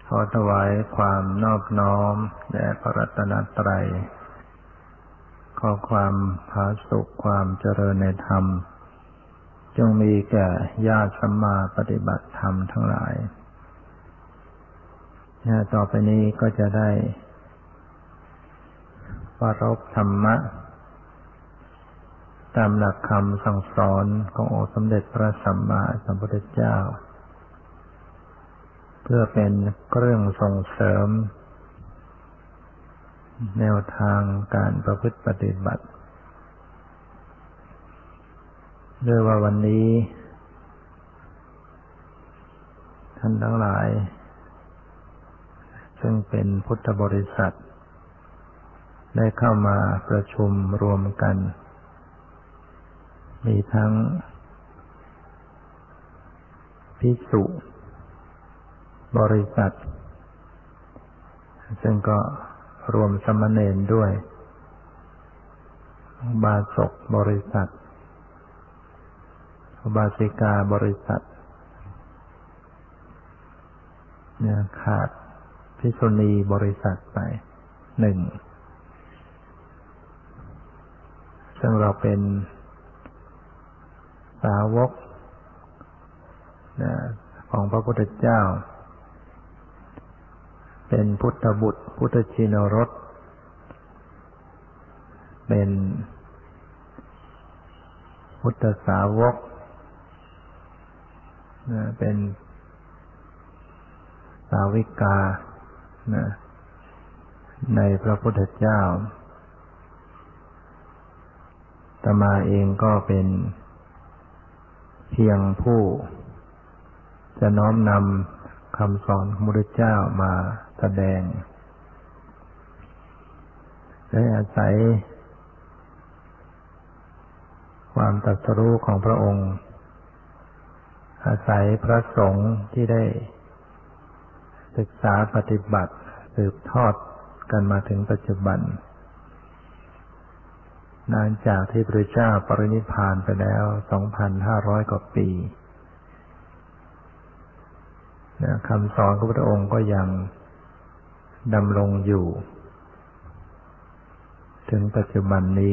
ขอถวายความนอบน้อมแด่พระรัตนตรัยขอความผาสุกความเจริญในธรรมจงมีแก่ญาติสัมมาปฏิบัติธรรมทั้งหลายต่อไปนี้ก็จะได้ปรารภธรรมะตามหลักคำสั่งสอนขององค์สมเด็จพระสัมมาสัมพุทธเจ้าเพื่อเป็นเครื่องส่งเสริมแนวทางการประพฤติปฏิบัติด้วยว่าวันนี้ท่านทั้งหลายซึ่งเป็นพุทธบริษัทได้เข้ามาประชุมรวมกันมีทั้งภิกษุบริษัทซึ่งก็รวมสมณเณรด้วยอุบาสกบริษัทอุบาสิกาบริษัทเนี่ยขาดภิกษุณีบริษัทไปหนึ่งซึ่งเราเป็นสาวกของพระพุทธเจ้าเป็นพุทธบุตรพุทธชินรสเป็นพุทธสาวกเป็นสาวิกาในพระพุทธเจ้าอาตมาเองก็เป็นเพียงผู้จะน้อมนำคำสอนของพระพุทธเจ้ามาแสดงและอาศัยความตรัสรู้ของพระองค์อาศัยพระสงฆ์ที่ได้ศึกษาปฏิบัติสืบทอดกันมาถึงปัจจุบันนานจากที่พระพุทธเจ้าปรินิพพานไปแล้ว 2,500 กว่าปีคำสอนของพระองค์ก็ยังดำรงอยู่ถึงปัจจุบันนี้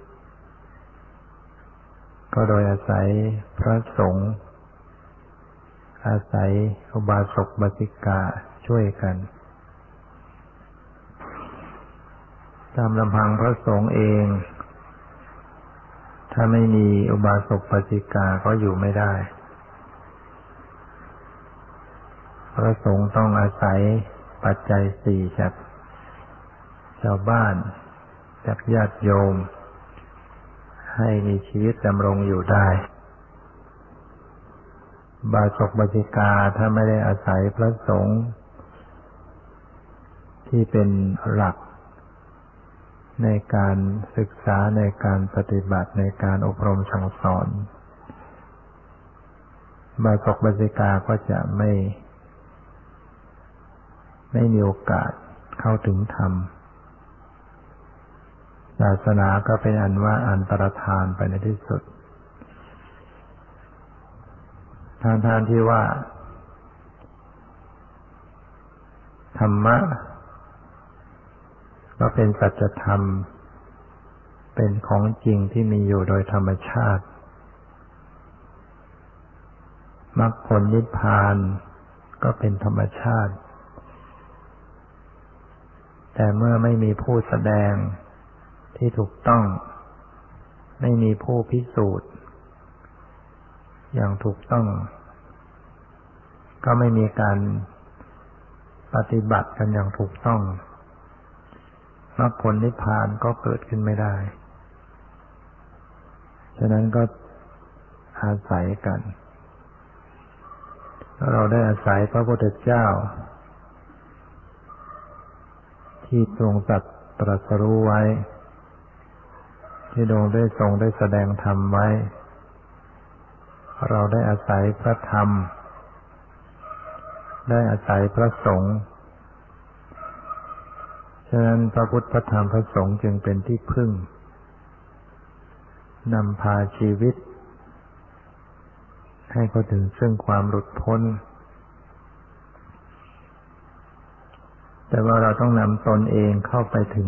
ก็โดยอาศัยพระสงฆ์อาศัยอุบาสกอุบาสิกาช่วยกันตามลำพังพระสงฆ์เองถ้าไม่มีอุบาสกอุบาสิกาก็อยู่ไม่ได้พระสงฆ์ต้องอาศัยปัจจัยสี่จากชาวบ้านจากญาติโยมให้มีชีวิตดำรงอยู่ได้อุบาสกอุบาสิกาถ้าไม่ได้อาศัยพระสงฆ์ที่เป็นหลักในการศึกษาในการปฏิบัติในการอบรมสั่งสอนอุบาสกอุบาสิกาก็จะไม่มีโอกาสเข้าถึงธรรมศาสนาก็เป็นอันว่าอันตรธานไปในที่สุดทางที่ว่าธรรมะก็เป็นสัจธรรมเป็นของจริงที่มีอยู่โดยธรรมชาติมรรคผลนิพพานก็เป็นธรรมชาติแต่เมื่อไม่มีผู้แสดงที่ถูกต้องไม่มีผู้พิสูจน์อย่างถูกต้องก็ไม่มีการปฏิบัติกันอย่างถูกต้องมรรคผลนิพพานก็เกิดขึ้นไม่ได้ฉะนั้นก็อาศัยกันเราได้อาศัยพระพุทธเจ้าที่ทรงตรัสรู้ไว้ที่ได้ทรงได้แสดงธรรมไว้เราได้อาศัยพระธรรมได้อาศัยพระสงฆ์ฉะนั้นพระพุทธพระธรรมพระสงฆ์จึงเป็นที่พึ่งนำพาชีวิตให้เข้าถึงซึ่งความหลุดพ้นแต่ว่าเราต้องนำตนเองเข้าไปถึง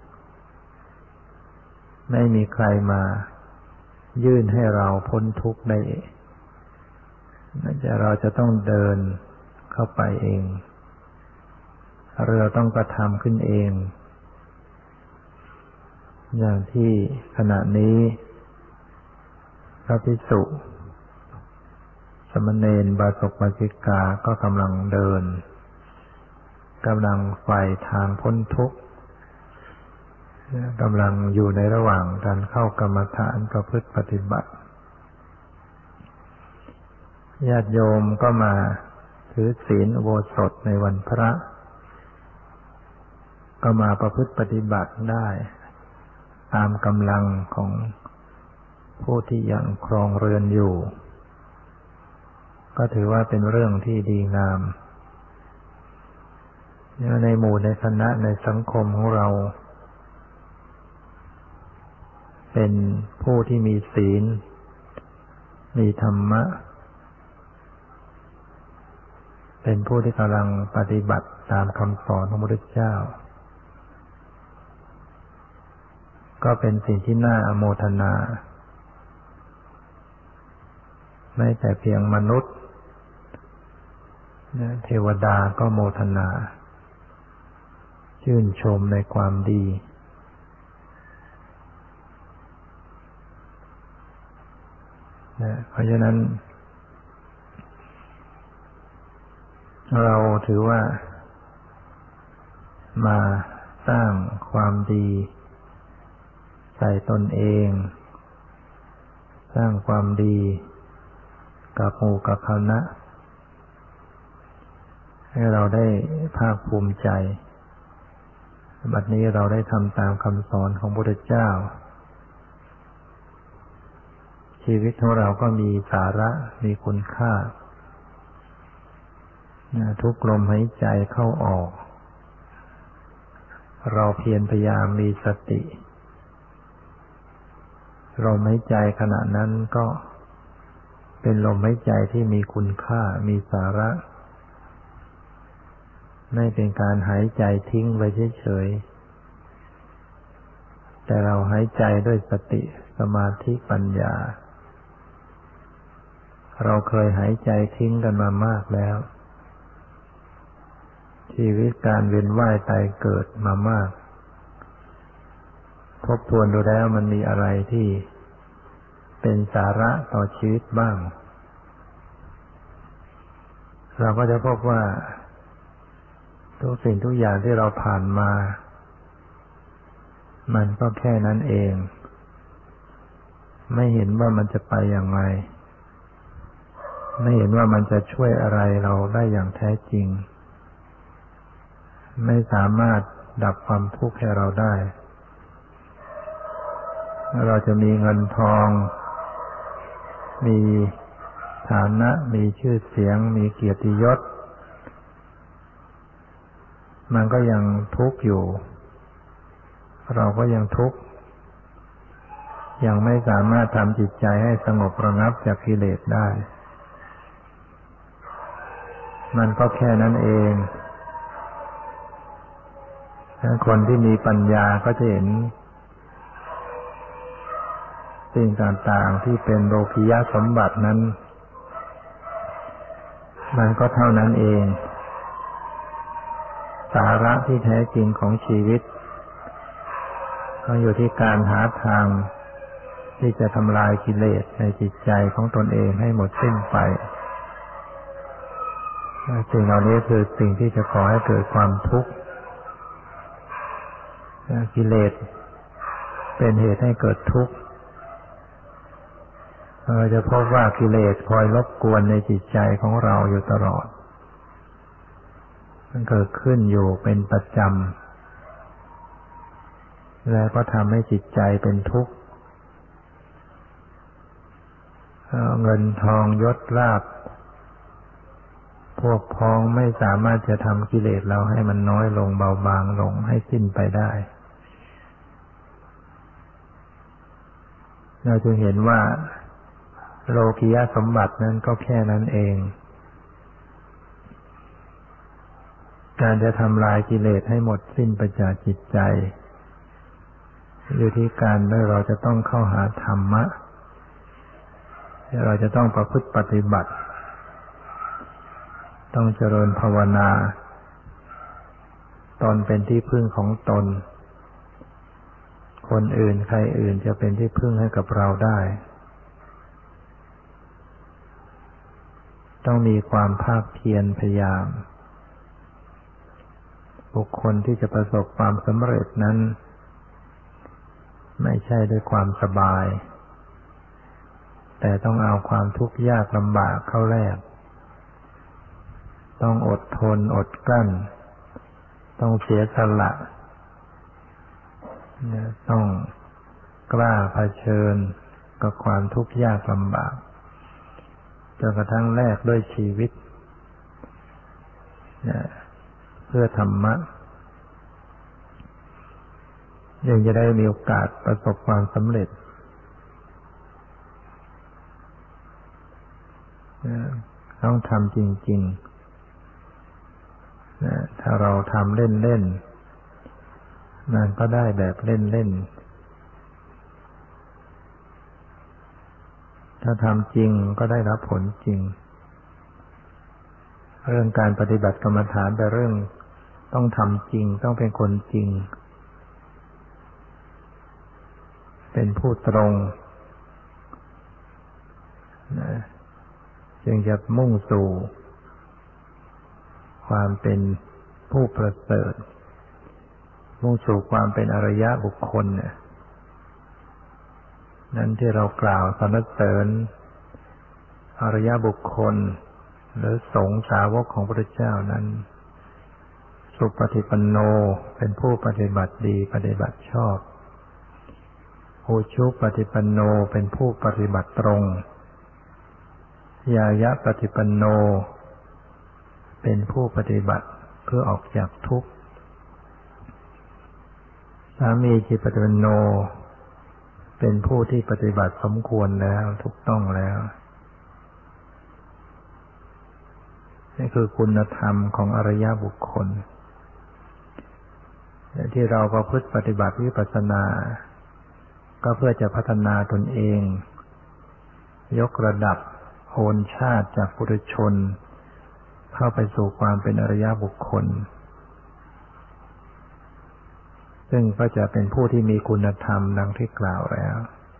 ไม่มีใครมายื่นให้เราพ้นทุกข์ได้เราจะต้องเดินเข้าไปเองเราต้องกระทำขึ้นเองอย่างที่ขณะนี้พระภิกษุสมณเณรบาศกบาสิกาก็กำลังเดินกำลังไฝ่ทางพ้นทุกข์กำลังอยู่ในระหว่างการเข้ากรรมฐานประพฤติปฏิบัติญาติโยมก็มาถือศีลอุโบสถในวันพระก็มาประพฤติปฏิบัติได้ตามกำลังของผู้ที่ยังครองเรือนอยู่ก็ถือว่าเป็นเรื่องที่ดีงามในหมู่ในคณะในสังคมของเราเป็นผู้ที่มีศีลมีธรรมะเป็นผู้ที่กำลังปฏิบัติตามคำสอนของพระพุทธเจ้าก็เป็นสิ่งที่น่าอโมทนาไม่แต่เพียงมนุษย์เทวดาก็โมทนาชื่นชมในความดีเพราะฉะนั้นเราถือว่ามาสร้างความดีใส่ตนเองสร้างความดีกับหมู่กับคณะให้เราได้ภาคภูมิใจบัดนี้เราได้ทำตามคำสอนของพระพุทธเจ้าชีวิตของเราก็มีสาระมีคุณค่าทุกลมหายใจเข้าออกเราเพียรพยายามมีสติลมหายใจขณะนั้นก็เป็นลมหายใจที่มีคุณค่ามีสาระไม่เป็นการหายใจทิ้งไว้เฉยๆแต่เราหายใจด้วยสติสมาธิปัญญาเราเคยหายใจทิ้งกันมามากแล้วชีวิตการเวียนว่ายตายเกิดมามากทบทวนดูแล้วมันมีอะไรที่เป็นสาระต่อชีวิตบ้างเราก็จะพบว่าทุกสิ่งทุกอย่างที่เราผ่านมามันก็แค่นั้นเองไม่เห็นว่ามันจะไปอย่างไรไม่เห็นว่ามันจะช่วยอะไรเราได้อย่างแท้จริงไม่สามารถดับความทุกข์ให้เราได้เราจะมีเงินทองมีฐานะมีชื่อเสียงมีเกียรติยศมันก็ยังทุกข์อยู่เราก็ยังทุกข์ยังไม่สามารถทำจิตใจให้สงบระงับจากกิเลสได้มันก็แค่นั้นเองคนที่มีปัญญาก็จะเห็นสิ่งต่างๆที่เป็นโลกิยสมบัตินั้นมันก็เท่านั้นเองสาระที่แท้จริงของชีวิตก็อยู่ที่การหาทางที่จะทำลายกิเลสในจิตใจของตนเองให้หมดสิ้นไปสิ่งเหล่านี้คือสิ่งที่จะก่อให้เกิดความทุกข์กิเลสเป็นเหตุให้เกิดทุกข์เราจะพบว่ากิเลสคอยรบกวนในจิตใจของเราอยู่ตลอดมันเกิดขึ้นอยู่เป็นประจำแล้วก็ทำให้จิตใจเป็นทุกข์เงินทองยศลาภพวกพ้องไม่สามารถจะทำกิเลสเราให้มันน้อยลงเบาบางลงให้สิ้นไปได้เราจึงเห็นว่าโลกิยสมบัตินั้นก็แค่นั้นเองการจะทำลายกิเลสให้หมดสิ้นไปจากจิตใจอยู่ที่การที่เราจะต้องเข้าหาธรรมะเราจะต้องประพฤติปฏิบัติต้องเจริญภาวนาตนเป็นที่พึ่งของตนคนอื่นใครอื่นจะเป็นที่พึ่งให้กับเราได้ต้องมีความภาคเพียรพยายามบุคคลที่จะประสบความสำเร็จนั้นไม่ใช่ด้วยความสบายแต่ต้องเอาความทุกข์ยากลำบากเข้าแลกต้องอดทนอดกลั้นต้องเสียสละต้องกล้าเผชิญกับความทุกข์ยากลำบากจนกระทั่งแลกด้วยชีวิตเพื่อธรรมะยังจะได้มีโอกาสประสบความสำเร็จต้องทำจริงๆถ้าเราทำเล่นๆมันก็ได้แบบเล่นๆถ้าทำจริงก็ได้รับผลจริงเรื่องการปฏิบัติกรรมฐานเป็นเรื่องต้องทำจริงต้องเป็นคนจริงเป็นผู้ตรงจึงจะมุ่งสู่ความเป็นผู้ประเสริฐมุ่งสู่ความเป็นอริยบุคคลนั้นที่เรากล่าวสรรเสริญอริยบุคคลหรือสงฆ์สาวกของพระพุทธเจ้านั้นสุปฏิปันโนเป็นผู้ปฏิบัติดีปฏิบัติชอบอุชุปฏิปันโนเป็นผู้ปฏิบัติตรงยายะปฏิปันโนเป็นผู้ปฏิบัติเพื่อออกจากทุกข์สามีจิปฏิปันโนเป็นผู้ที่ปฏิบัติสมควรแล้วถูกต้องแล้วนี่คือคุณธรรมของอริยบุคคลที่เราประพฤติปฏิบัติวิปัสสนาก็เพื่อจะพัฒนาตนเองยกระดับโอนชาติจากปุถุชนเข้าไปสู่ความเป็นอริยบุคคลซึ่งก็จะเป็นผู้ที่มีคุณธรรมดังที่กล่าวแล้ว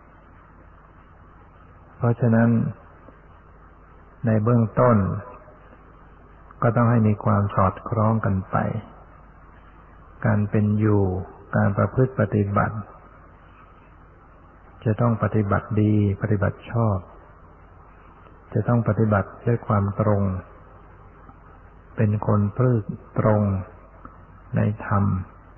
เพราะฉะนั้นในเบื้องต้นก็ต้องให้มีความสอดคล้องกันไปการเป็นอยู่การประพฤติปฏิบัติจะต้องปฏิบัติดีปฏิบัติชอบจะต้องปฏิบัติด้วยความตรงเป็นคนซื่อตรงในธรรม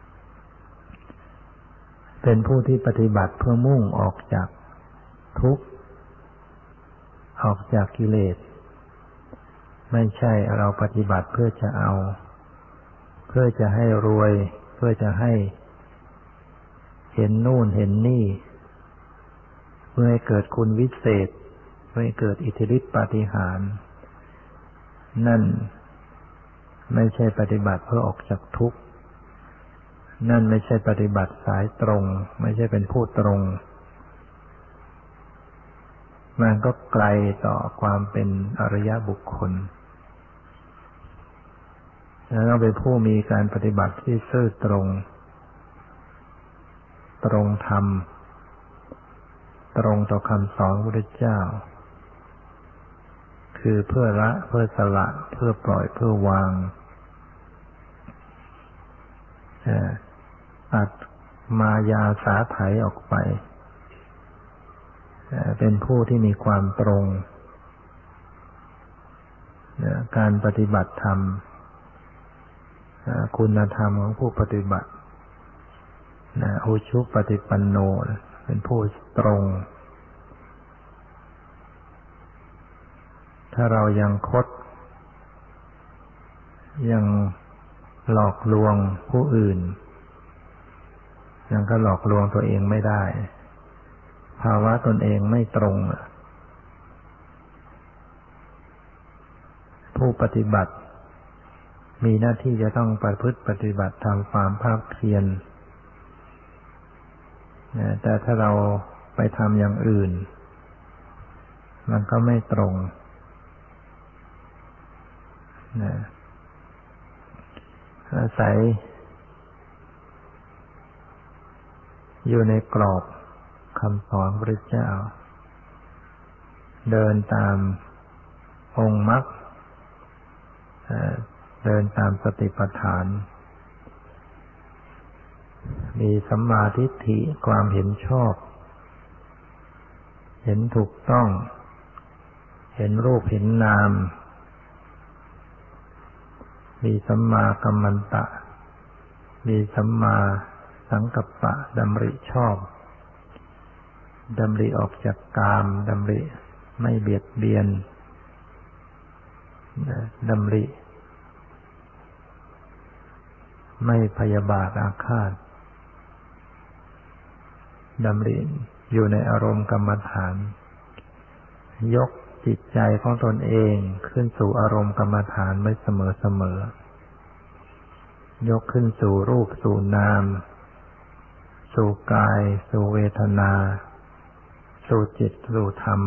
เป็นผู้ที่ปฏิบัติเพื่อมุ่งออกจากทุกข์ออกจากกิเลสไม่ใช่เราปฏิบัติเพื่อจะเอาเพื่อจะให้รวยเพื่อจะให้เห็นนู่นเห็นนี่เพื่อให้เกิดคุณวิเศษเพื่อให้เกิดอิทธิฤทธิปาฏิหาริย์นั่นไม่ใช่ปฏิบัติเพื่อออกจากทุกข์นั่นไม่ใช่ปฏิบัติสายตรงไม่ใช่เป็นผู้ตรงมันก็ไกลต่อความเป็นอริยบุคคลแล้วต้องเป็นผู้มีการปฏิบัติที่ซื่อตรงตรงธรรมตรงต่อคำสอนพระพุทธเจ้าคือเพื่อละเพื่อสละเพื่อปล่อยเพื่อวางตัดมายาสาไถออกไปเป็นผู้ที่มีความตรงการปฏิบัติธรรมคุณธรรมของผู้ปฏิบัติอุชุปฏิปันโนเป็นผู้ตรงถ้าเรายังคดยังหลอกลวงผู้อื่นยังก็หลอกลวงตัวเองไม่ได้ภาวะตนเองไม่ตรงผู้ปฏิบัติมีหน้าที่จะต้องประพฤติปฏิบัติทำความภาคเพียรแต่ถ้าเราไปทำอย่างอื่นมันก็ไม่ตรงอาศัยอยู่ในกรอบคำสอนพระพุทธเจ้าเดินตามองค์มรรคเดินตามสติปัฏฐานมีสัมมาทิฏฐิความเห็นชอบเห็นถูกต้องเห็นรูปเห็นนามมีสัมมากัมมันตะมีสัมมาสังกัปปะดำริชอบดำริออกจากกามดำริไม่เบียดเบียนดำริไม่พยาบาทอาฆาตดำริอยู่ในอารมณ์กรรมฐานยกจิตใจของตนเองขึ้นสู่อารมณ์กรรมฐานไม่เสมอยกขึ้นสู่รูปสู่นามสู่กายสู่เวทนาสู่จิตสู่ธรรม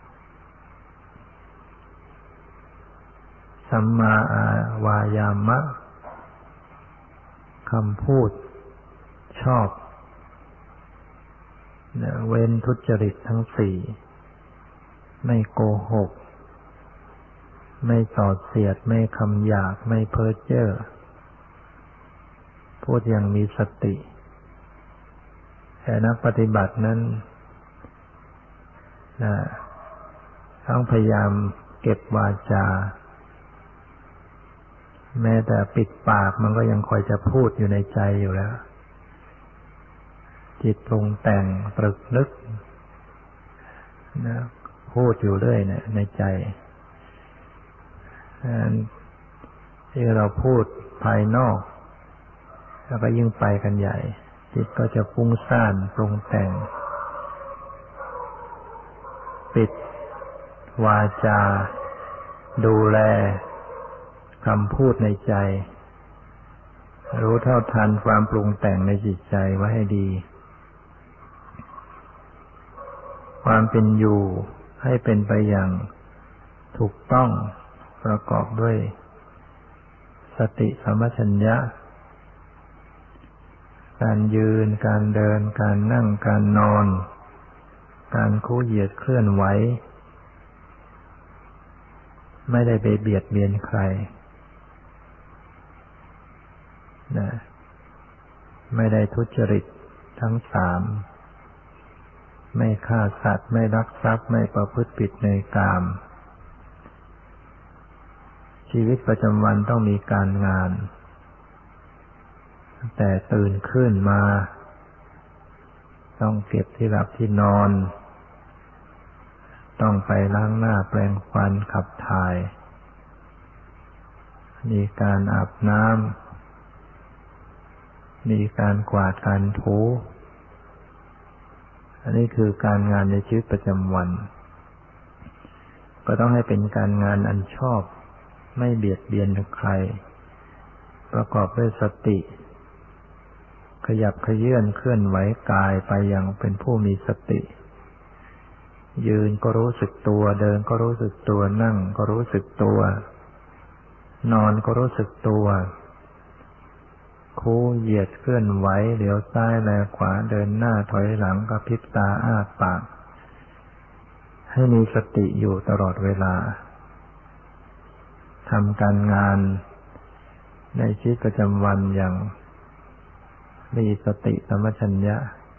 สัมมาอาวายามะคำพูดชอบเว้นทุจริตทั้งสี่ไม่โกหกไม่ส่อเสียดไม่คำหยาบไม่เพ้อเจ้อพูดอย่างมีสติแต่นักปฏิบัตินั้นต้องพยายามเก็บวาจาแม้แต่ปิดปากมันก็ยังคอยจะพูดอยู่ในใจอยู่แล้วจิตปรุงแต่งตรึกนึกพูดอยู่เรื่อยเนี่ยในใจที่เราพูดภายนอกแล้วก็ยิ่งไปกันใหญ่จิตก็จะฟุ้งซ่านปรุงแต่งปิดวาจาดูแลคำพูดในใจรู้เท่าทันความปรุงแต่งในจิตใจไว้ให้ดีความเป็นอยู่ให้เป็นไปอย่างถูกต้องประกอบด้วยสติสัมปชัญญะการยืนการเดินการนั่งการนอนการคู่เหยียดเคลื่อนไหวไม่ได้ไปเบียดเบียนใครไม่ได้ทุจริตทั้งสามไม่ฆ่าสัตว์ไม่ลักทรัพย์ไม่ประพฤติผิดในกามชีวิตประจำวันต้องมีการงานแต่ตื่นขึ้นมาต้องเก็บที่หลับที่นอนต้องไปล้างหน้าแปรงฟันขับถ่ายมีการอาบน้ำมีการกวาดการถูอันนี้คือการงานในชีวิตประจำวันก็ต้องให้เป็นการงานอันชอบไม่เบียดเบียนใครประกอบด้วยสติขยับเขยื้อนเคลื่อนไหวกายไปอย่างเป็นผู้มีสติยืนก็รู้สึกตัวเดินก็รู้สึกตัวนั่งก็รู้สึกตัวนอนก็รู้สึกตัวคู่เหยียดเคลื่อนไหวเหลียวซ้ายแลขวาเดินหน้าถอยหลังกระพริบตาอ้าปากให้มีสติอยู่ตลอดเวลาทำการงานในชีวิตประจำวันอย่างมีสติสัมปชัญญะ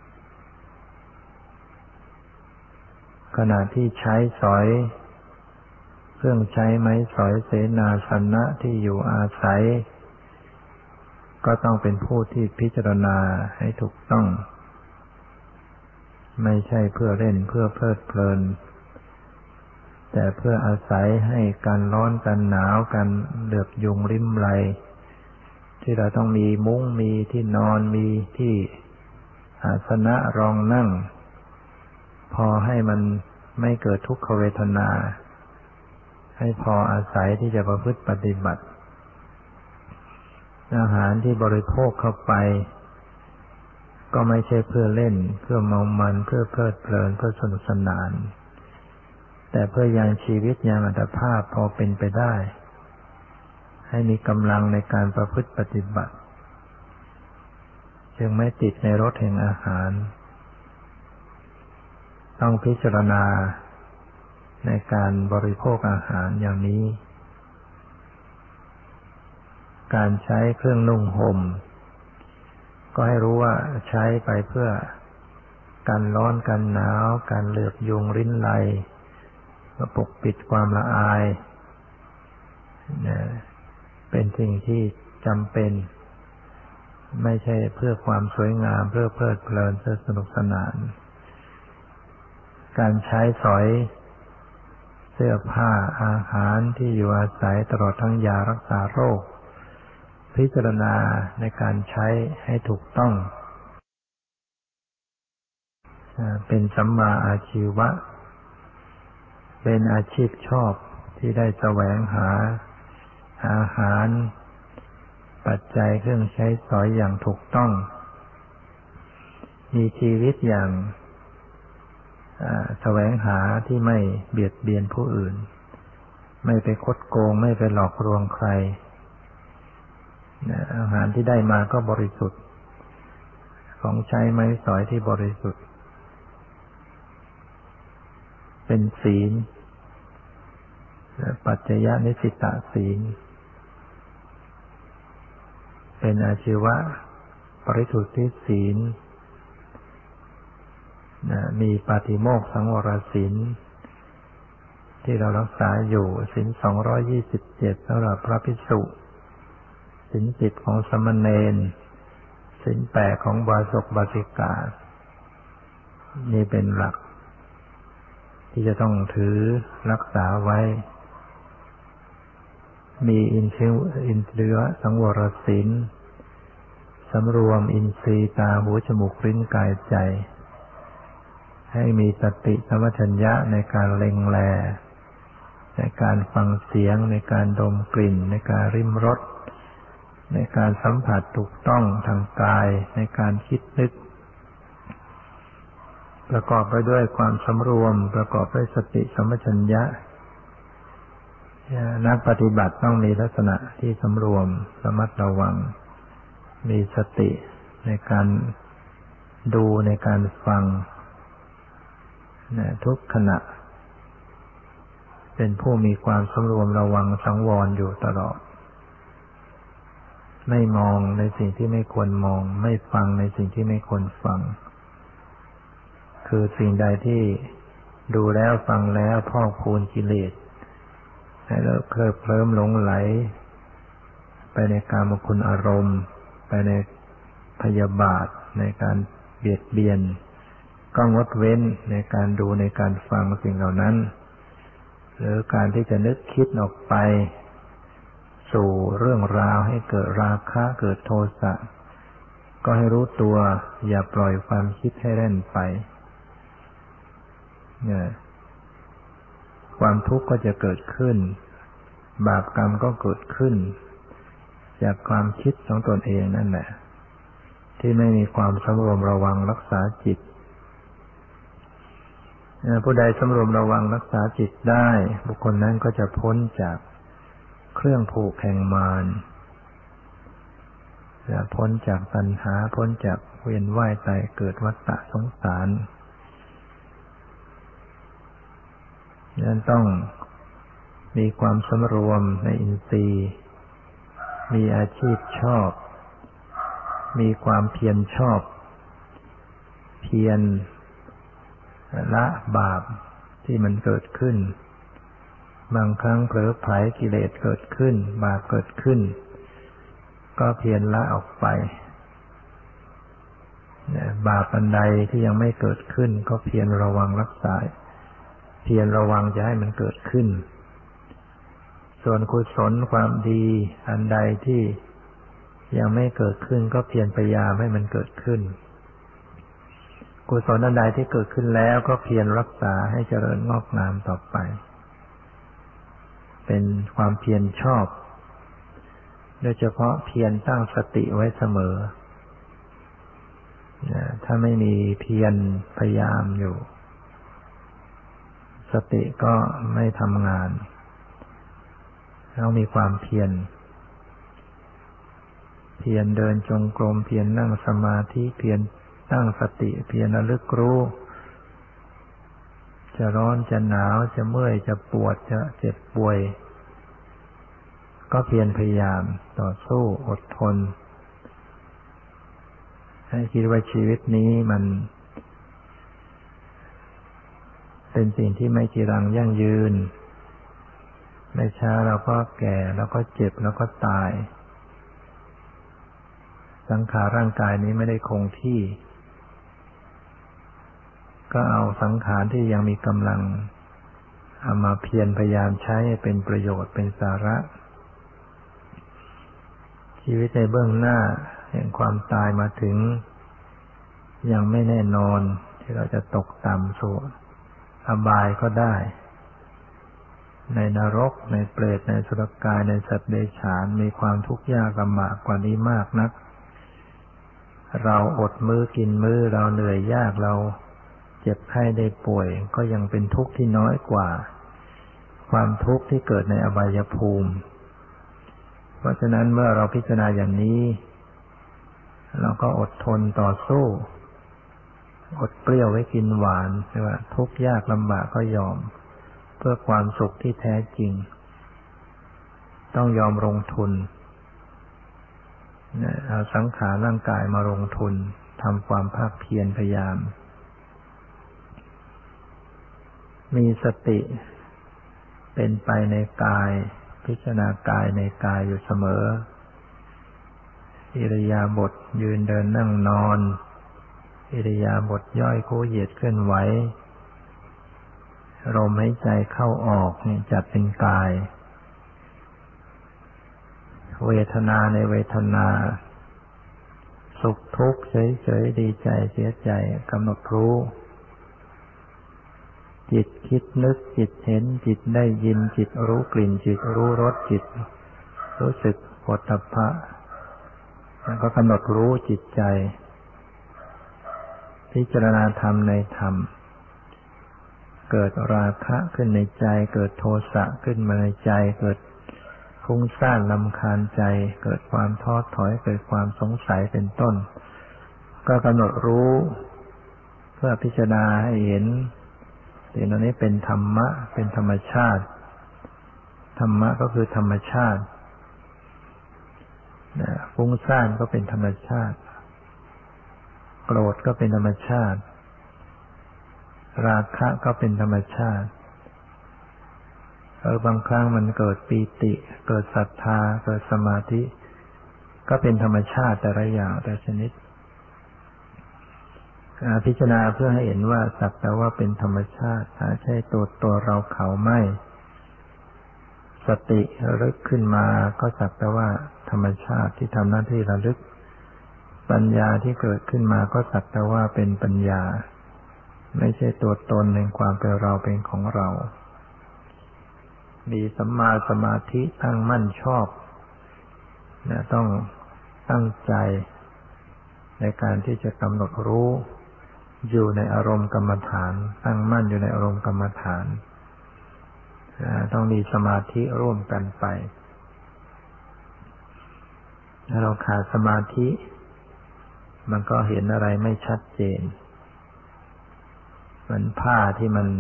ขณะที่ใช้สอยเครื่องใช้ไม้สอยเสนาสนะที่อยู่อาศัยก็ต้องเป็นผู้ที่พิจารณาให้ถูกต้องไม่ใช่เพื่อเล่นเพื่อเพลิดเพลินแต่เพื่ออาศัยให้การร้อนกันหนาวกันเหลือบยุงริมไรที่เราต้องมีมุ้งมีที่นอนมีที่อาสนะรองนั่งพอให้มันไม่เกิดทุกขเวทนาให้พออาศัยที่จะประพฤติปฏิบัติอาหารที่บริโภคเข้าไปก็ไม่ใช่เพื่อเล่นเพื่อเมามันเพื่อเพลิดเพลินเพื่อสนุกสนานแต่เพื่อยังชีวิตยังอัตภาพพอเป็นไปได้ให้มีกำลังในการประพฤติปฏิบัติจึงไม่ติดในรสแห่งอาหารต้องพิจารณาในการบริโภคอาหารอย่างนี้การใช้เครื่องนุ่งห่มก็ให้รู้ว่าใช้ไปเพื่อกันร้อนกันหนาวการเหลือบยุงริ้นไลปกปิดความละอายเป็นสิ่งที่จำเป็นไม่ใช่เพื่อความสวยงามเพื่อเพลิดเพลินเพื่อสนุกสนานการใช้สอยเสื้อผ้าอาหารที่อยู่อาศัยตลอดทั้งยารักษาโรคพิจารณาในการใช้ให้ถูกต้องเป็นสัมมาอาชีวะเป็นอาชีพชอบที่ได้แสวงหาอาหารปัจจัยเครื่องใช้สอยอย่างถูกต้องมีชีวิตอย่างแสวงหาที่ไม่เบียดเบียนผู้อื่นไม่ไปคดโกงไม่ไปหลอกลวงใครอาหารที่ได้มาก็บริสุทธิ์ของใช้ไม้สอยที่บริสุทธิ์เป็นศีลปัจจยนิสิตศีลเป็นอาชีวะปริสุทธิศีลมีปาติโมกข์สังวรศีลที่เรารักษาอยู่ศีล227สำหรับพระภิกษุศีล10ของสมณเณรศีล8ของบาสกบาสิกานี่เป็นหลักที่จะต้องถือรักษาไว้มีอินทรียสังวรศีลสำรวมอินทรีย์ตาหูจมูกลิ้นกายใจให้มีสติสัมปชัญญะในการเล็งแลในการฟังเสียงในการดมกลิ่นในการริมรสในการสัมผัสถูกต้องทางกายในการคิดนึกประกอบไปด้วยความสำรวมประกอบด้วยสติสัมปชัญญะนักปฏิบัติต้องมีลักษณะที่สำรวมระมัดระวังมีสติในการดูในการฟังทุกขณะเป็นผู้มีความสำรวมระวังสังวรอยู่ตลอดไม่มองในสิ่งที่ไม่ควรมองไม่ฟังในสิ่งที่ไม่ควรฟังคือสิ่งใดที่ดูแล้วฟังแล้วพอกพูนกิเลสให้เราเคลิบเคลิ้มหลงไหลไปในกามคุณอารมณ์ไปในพยาบาทในการเบียดเบียนก็งดเว้นในการดูในการฟังสิ่งเหล่านั้นหรือการที่จะนึกคิดออกไปสู่เรื่องราวให้เกิดราคะเกิดโทสะก็ให้รู้ตัวอย่าปล่อยความคิดให้เล่นไปความทุกข์ก็จะเกิดขึ้นบาปกรรมก็เกิดขึ้นจากความคิดของตนเองนั่นแหละที่ไม่มีความสำรวมระวังรักษาจิตผู้ใดสำรวมระวังรักษาจิตได้บุคคลนั้นก็จะพ้นจากเครื่องผูกแห่งมารจะพ้นจากตัณหาพ้นจากเวียนว่ายตายเกิดวัฏฏะสงสารนั้นต้องมีความสำรวมในอินทรีย์มีอาชีพชอบมีความเพียรชอบเพียรละบาปที่มันเกิดขึ้นบางครั้งเผลอไผลกิเลสเกิดขึ้นบาปเกิดขึ้นก็เพียรละออกไปบาปอันใดที่ยังไม่เกิดขึ้นก็เพียรระวังรักษาเพียรระวังจะให้มันเกิดขึ้นส่วนกุศลความดีอันใดที่ยังไม่เกิดขึ้นก็เพียรพยายามให้มันเกิดขึ้นกุศลอันใดที่เกิดขึ้นแล้วก็เพียรรักษาให้เจริญงอกงามต่อไปเป็นความเพียรชอบโดยเฉพาะเพียรตั้งสติไว้เสมอถ้าไม่มีเพียรพยายามอยู่สติก็ไม่ทำงานต้องมีความเพียรเดินจงกรมเพียรนั่งสมาธิเพียรตั้งสติเพียรระลึกรู้จะร้อนจะหนาวจะเมื่อยจะปวดจะเจ็บป่วยก็เพียรพยายามต่อสู้อดทนให้คิดว่าชีวิตนี้มันเป็นสิ่งที่ไม่จีรังยั่งยืนไม่ช้าเราก็แก่แล้วก็เจ็บแล้วก็ตายสังขารร่างกายนี้ไม่ได้คงที่ก็เอาสังขารที่ยังมีกำลังเอามาเพียรพยายามใช้ให้เป็นประโยชน์เป็นสาระชีวิตในเบื้องหน้าแห่งความตายมาถึงยังไม่แน่นอนที่เราจะตกต่ำสู่อบายก็ได้ในนรกในเปรตในสุรกายในสัตว์เดรัจฉานมีความทุกข์ยากลำบากกว่านี้มากนักเราอดมื้อกินมื้อเราเหนื่อยยากเราเจ็บไข้ได้ป่วยก็ยังเป็นทุกข์ที่น้อยกว่าความทุกข์ที่เกิดในอบายภูมิเพราะฉะนั้นเมื่อเราพิจารณาอย่างนี้เราก็อดทนต่อสู้อดเปรี้ยวไว้กินหวานใช่ไหมทุกข์ยากลำบากก็ยอมเพื่อความสุขที่แท้จริงต้องยอมลงทุนเอาสังขารร่างกายมาลงทุนทำความภาคเพียรพยายามมีสติเป็นไปในกายพิจารณากายในกายอยู่เสมออิริยาบถยืนเดินนั่งนอนอิริยาบถย่อยคู่เหยียดเคลื่อนไหวลมหายใจเข้าออกนี่จัดเป็นกายเวทนาในเวทนาสุขทุกข์เฉยๆดีใจเสียใจกำหนดรู้จิตคิดนึกจิตเห็นจิตได้ยินจิตรู้กลิ่นจิตรู้รสจิตรู้สึกโผฏฐัพพะแล้วก็กำหนดรู้จิตใจพิจารณาธรรมในธรรมเกิดราคะขึ้นในใจเกิดโทสะขึ้นมาในใจเกิดฟุ้งซ่านรำคาญใจเกิดความท้อถอยเกิดความสงสัยเป็นต้นก็กำหนดรู้เพื่อพิจารณาให้เห็นสิ่งเหล่านี้เป็นธรรมะเป็นธรรมชาติธรรมะก็คือธรรมชาติฟุ้งซ่านก็เป็นธรรมชาติโกรธก็เป็นธรรมชาติราคะก็เป็นธรรมชาติบางครั้งมันเกิดปีติเกิดศรัทธาเกิดสมาธิก็เป็นธรรมชาติแต่ละอย่างแต่ชนิดพิจารณาเพื่อให้เห็นว่าสักแต่ว่าเป็นธรรมชาติหาใช่ตัวเราเขาไม่สติระลึกขึ้นมาก็สักแต่ว่าธรรมชาติที่ทำหน้าที่ระลึกปัญญาที่เกิดขึ้นมาก็สักแต่ว่าเป็นปัญญาไม่ใช่ตัวตนแห่งความเป็นเราเป็นของเรามีสัมมาสมาธิตั้งมั่นชอบต้องตั้งใจในการที่จะกำหนดรู้อยู่ในอารมณ์กรรมฐานตั้งมั่นอยู่ในอารมณ์กรรมฐานต้องมีสมาธิร่วมกันไปถ้าเราขาดสมาธิมันก็เห็นอะไรไม่ชัดเจนเหมือนผ้าที่มัน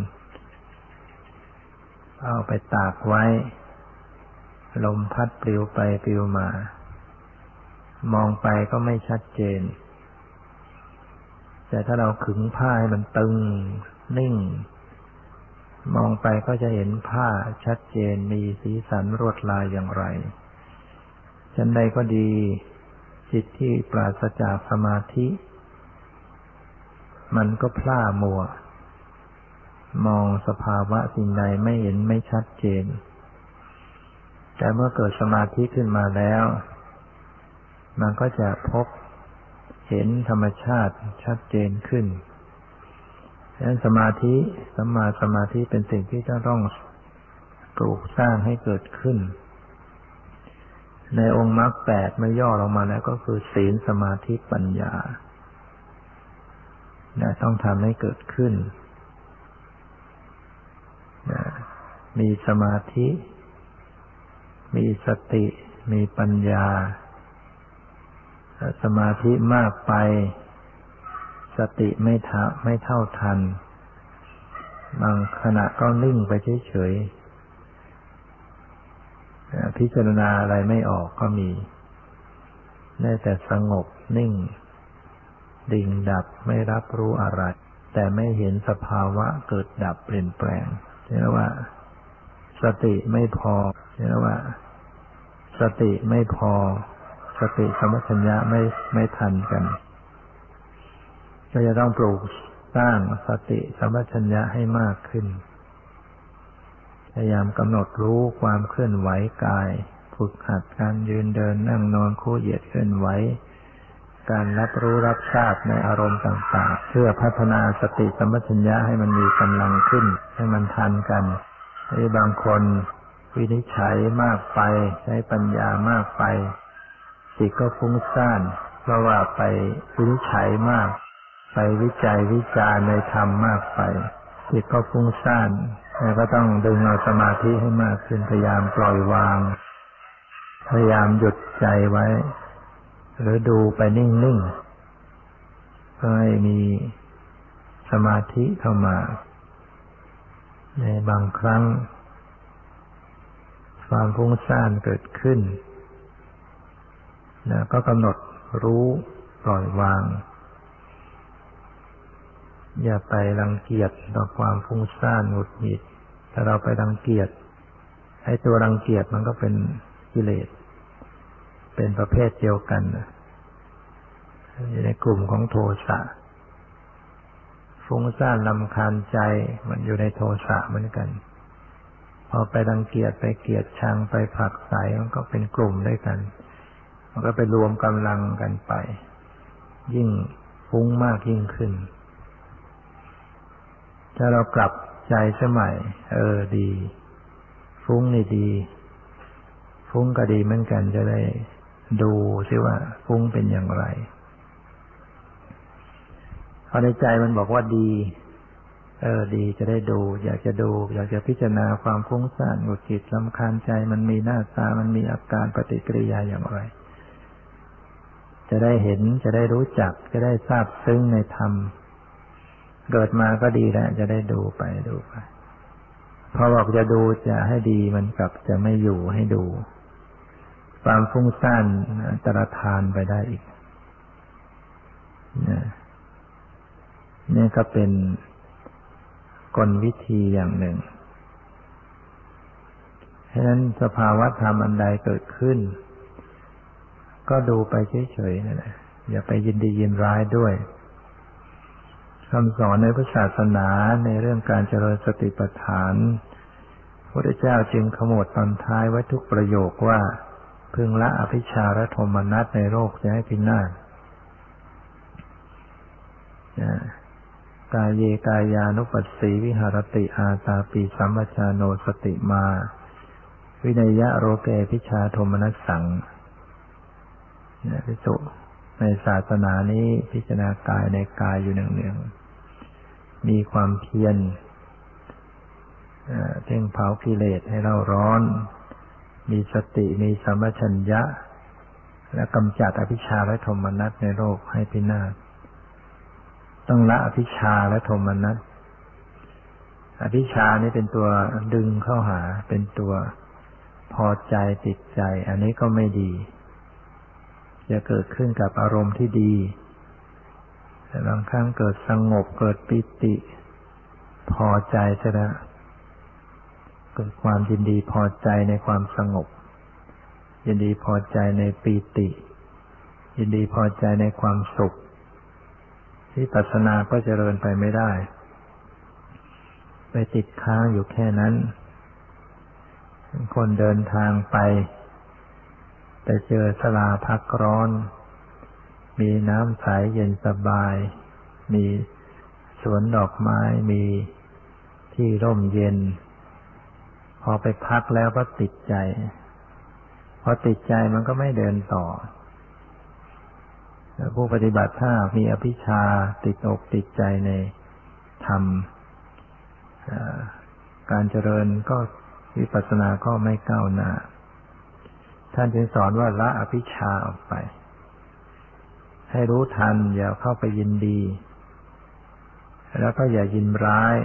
เอาไปตากไว้ลมพัดปลิวไปปลิวมามองไปก็ไม่ชัดเจนแต่ถ้าเราขึงผ้าให้มันตึงนิ่งมองไปก็จะเห็นผ้าชัดเจนมีสีสันลวดลายอย่างไรฉันใดก็ดีจิตที่ปราศจากสมาธิมันก็พล่ามัวมองสภาวะสิ่งใดไม่เห็นไม่ชัดเจนแต่เมื่อเกิดสมาธิขึ้นมาแล้วมันก็จะพบเห็นธรรมชาติชัดเจนขึ้นดังนั้นสมาธิสัมมาสมาธิเป็นสิ่งที่ต้องปลูกสร้างให้เกิดขึ้นในองค์มรรค8ไม่ย่อลงมาแล้วก็คือศีลสมาธิปัญญาต้องทำให้เกิดขึ้นมีสมาธิมีสติมีปัญญาสมาธิมากไปสติไม่เท่าทันบางขณะก็นิ่งไปเฉยๆพิจารณาอะไรไม่ออกก็มีได้แต่สงบนิ่งดิ่งดับไม่รับรู้อะไรแต่ไม่เห็นสภาวะเกิดดับเปลี่ยนแปลงเรียกว่าสติไม่พอเรียกว่าสติไม่พอสติสัมปชัญญะไม่ทันกันก็จะต้องปลูกสร้างสติสัมปชัญญะให้มากขึ้นพยายามกำหนดรู้ความเคลื่อนไหวกายฝึกหัดการยืนเดินนั่งนอนคู่เหยียดเคลื่อนไหวการรับรู้รับทราบในอารมณ์ต่างๆเพื่อพัฒนาสติสัมปชัญญะให้มันมีกำลังขึ้นให้มันทันกันบางคนวินิจฉัยมากไปใช้ปัญญามากไปจิตก็ฟุ้งซ่านเพราะว่าไปวินิจฉัยมากไปวิจัยวิจารณ์ในธรรมมากไปจิตก็ฟุ้งซ่านแล้วก็ต้องดึงเอาสมาธิให้มากขึ้นพยายามปล่อยวางพยายามหยุดใจไว้หรือดูไปนิ่งๆเพื่อให้มีสมาธิเข้ามาในบางครั้งความฟุ้งซ่านเกิดขึ้นก็กำหนดรู้ปล่อยวางอย่าไปรังเกียจต่อความฟุ้งซ่านหงุดหงิดถ้าเราไปรังเกียจไอ้ตัวรังเกียจมันก็เป็นกิเลสเป็นประเภทเดียวกันอยู่ในกลุ่มของโทสะฟุ้งซ่านรำคาญใจมันอยู่ในโทสะเหมือนกันพอไปรังเกียจไปเกลียดชังไปผลักไสมันก็เป็นกลุ่มด้วยกันมันก็ไปรวมกำลังกันไปยิ่งฟุ้งมากยิ่งขึ้นถ้าเรากลับใจสมัยดีฟุ้งนี่ดีฟุ้งก็ดีเหมือนกันจะได้ดูซิว่าฟุ้งเป็นอย่างไรพอในใจมันบอกว่าดีดีจะได้ดูอยากจะดูอยากจะพิจารณาความฟุ้งซ่านหงุดหงิดรำคาญใจมันมีหน้าตามันมีอาการปฏิกิริยาอย่างไรจะได้เห็นจะได้รู้จักจะได้ทราบซึ้งในธรรมเกิดมาก็ดีแล้วจะได้ดูไปพอบอกจะดูจะให้ดีมันกลับจะไม่อยู่ให้ดูความฟุ้งซ่านอันตรธานไปได้อีกนี่ก็เป็นกลวิธีอย่างหนึ่งฉะนั้นสภาวะธรรมอันใดเกิดขึ้นก็ดูไปเฉยๆนั่นแหละอย่าไปยินดียินร้ายด้วยคำสอนในพุทธศาสนาในเรื่องการเจริญสติปัฏฐานพระพุทธเจ้าจึงขมวดตอนท้ายไว้ทุกประโยคว่าพึงละอภิชฌาและโทมนัสในโลกจะให้พินาศกายเยกายานุปัสสีวิหารติอาตาปิสัมปชานโนสติมาวินัยยะโรเกภิชฌาโทมนัสสังภิกษุในศาสนานี้พิจารณากายในกายอยู่เนืองๆมีความเพียรเพ่งเผากิเลสให้เราร้อนมีสติมีสัมปชัญญะและกำจัดอภิชฌาและโทมนัสในโลกให้พินาศต้องละอภิชฌาและโทมนัสอภิชฌานี่เป็นตัวดึงเข้าหาเป็นตัวพอใจติดใจอันนี้ก็ไม่ดีจะเกิดขึ้นกับอารมณ์ที่ดีแต่บางครั้งเกิดสงบเกิดปิติพอใจซะแล้วเกิดความยินดีพอใจในความสงบยินดีพอใจในปิติยินดีพอใจในความสุขวิปัสสนาก็เจริญไปไม่ได้ไปติดค้างอยู่แค่นั้นคนเดินทางไปเจอศาลาพักร้อนมีน้ำใสเย็นสบายมีสวนดอกไม้มีที่ร่มเย็นพอไปพักแล้วก็ติดใจพอติดใจมันก็ไม่เดินต่อผู้ปฏิบัติถ้ามีอภิชฌาติดอกติดใจในธรรมการเจริญก็วิปัสสนาก็ไม่ก้าวหน้าท่านจึงสอนว่าละอภิชฌาออกไปให้รู้ทันอย่าเข้าไปยินดีแล้วก็อย่ายินร้าย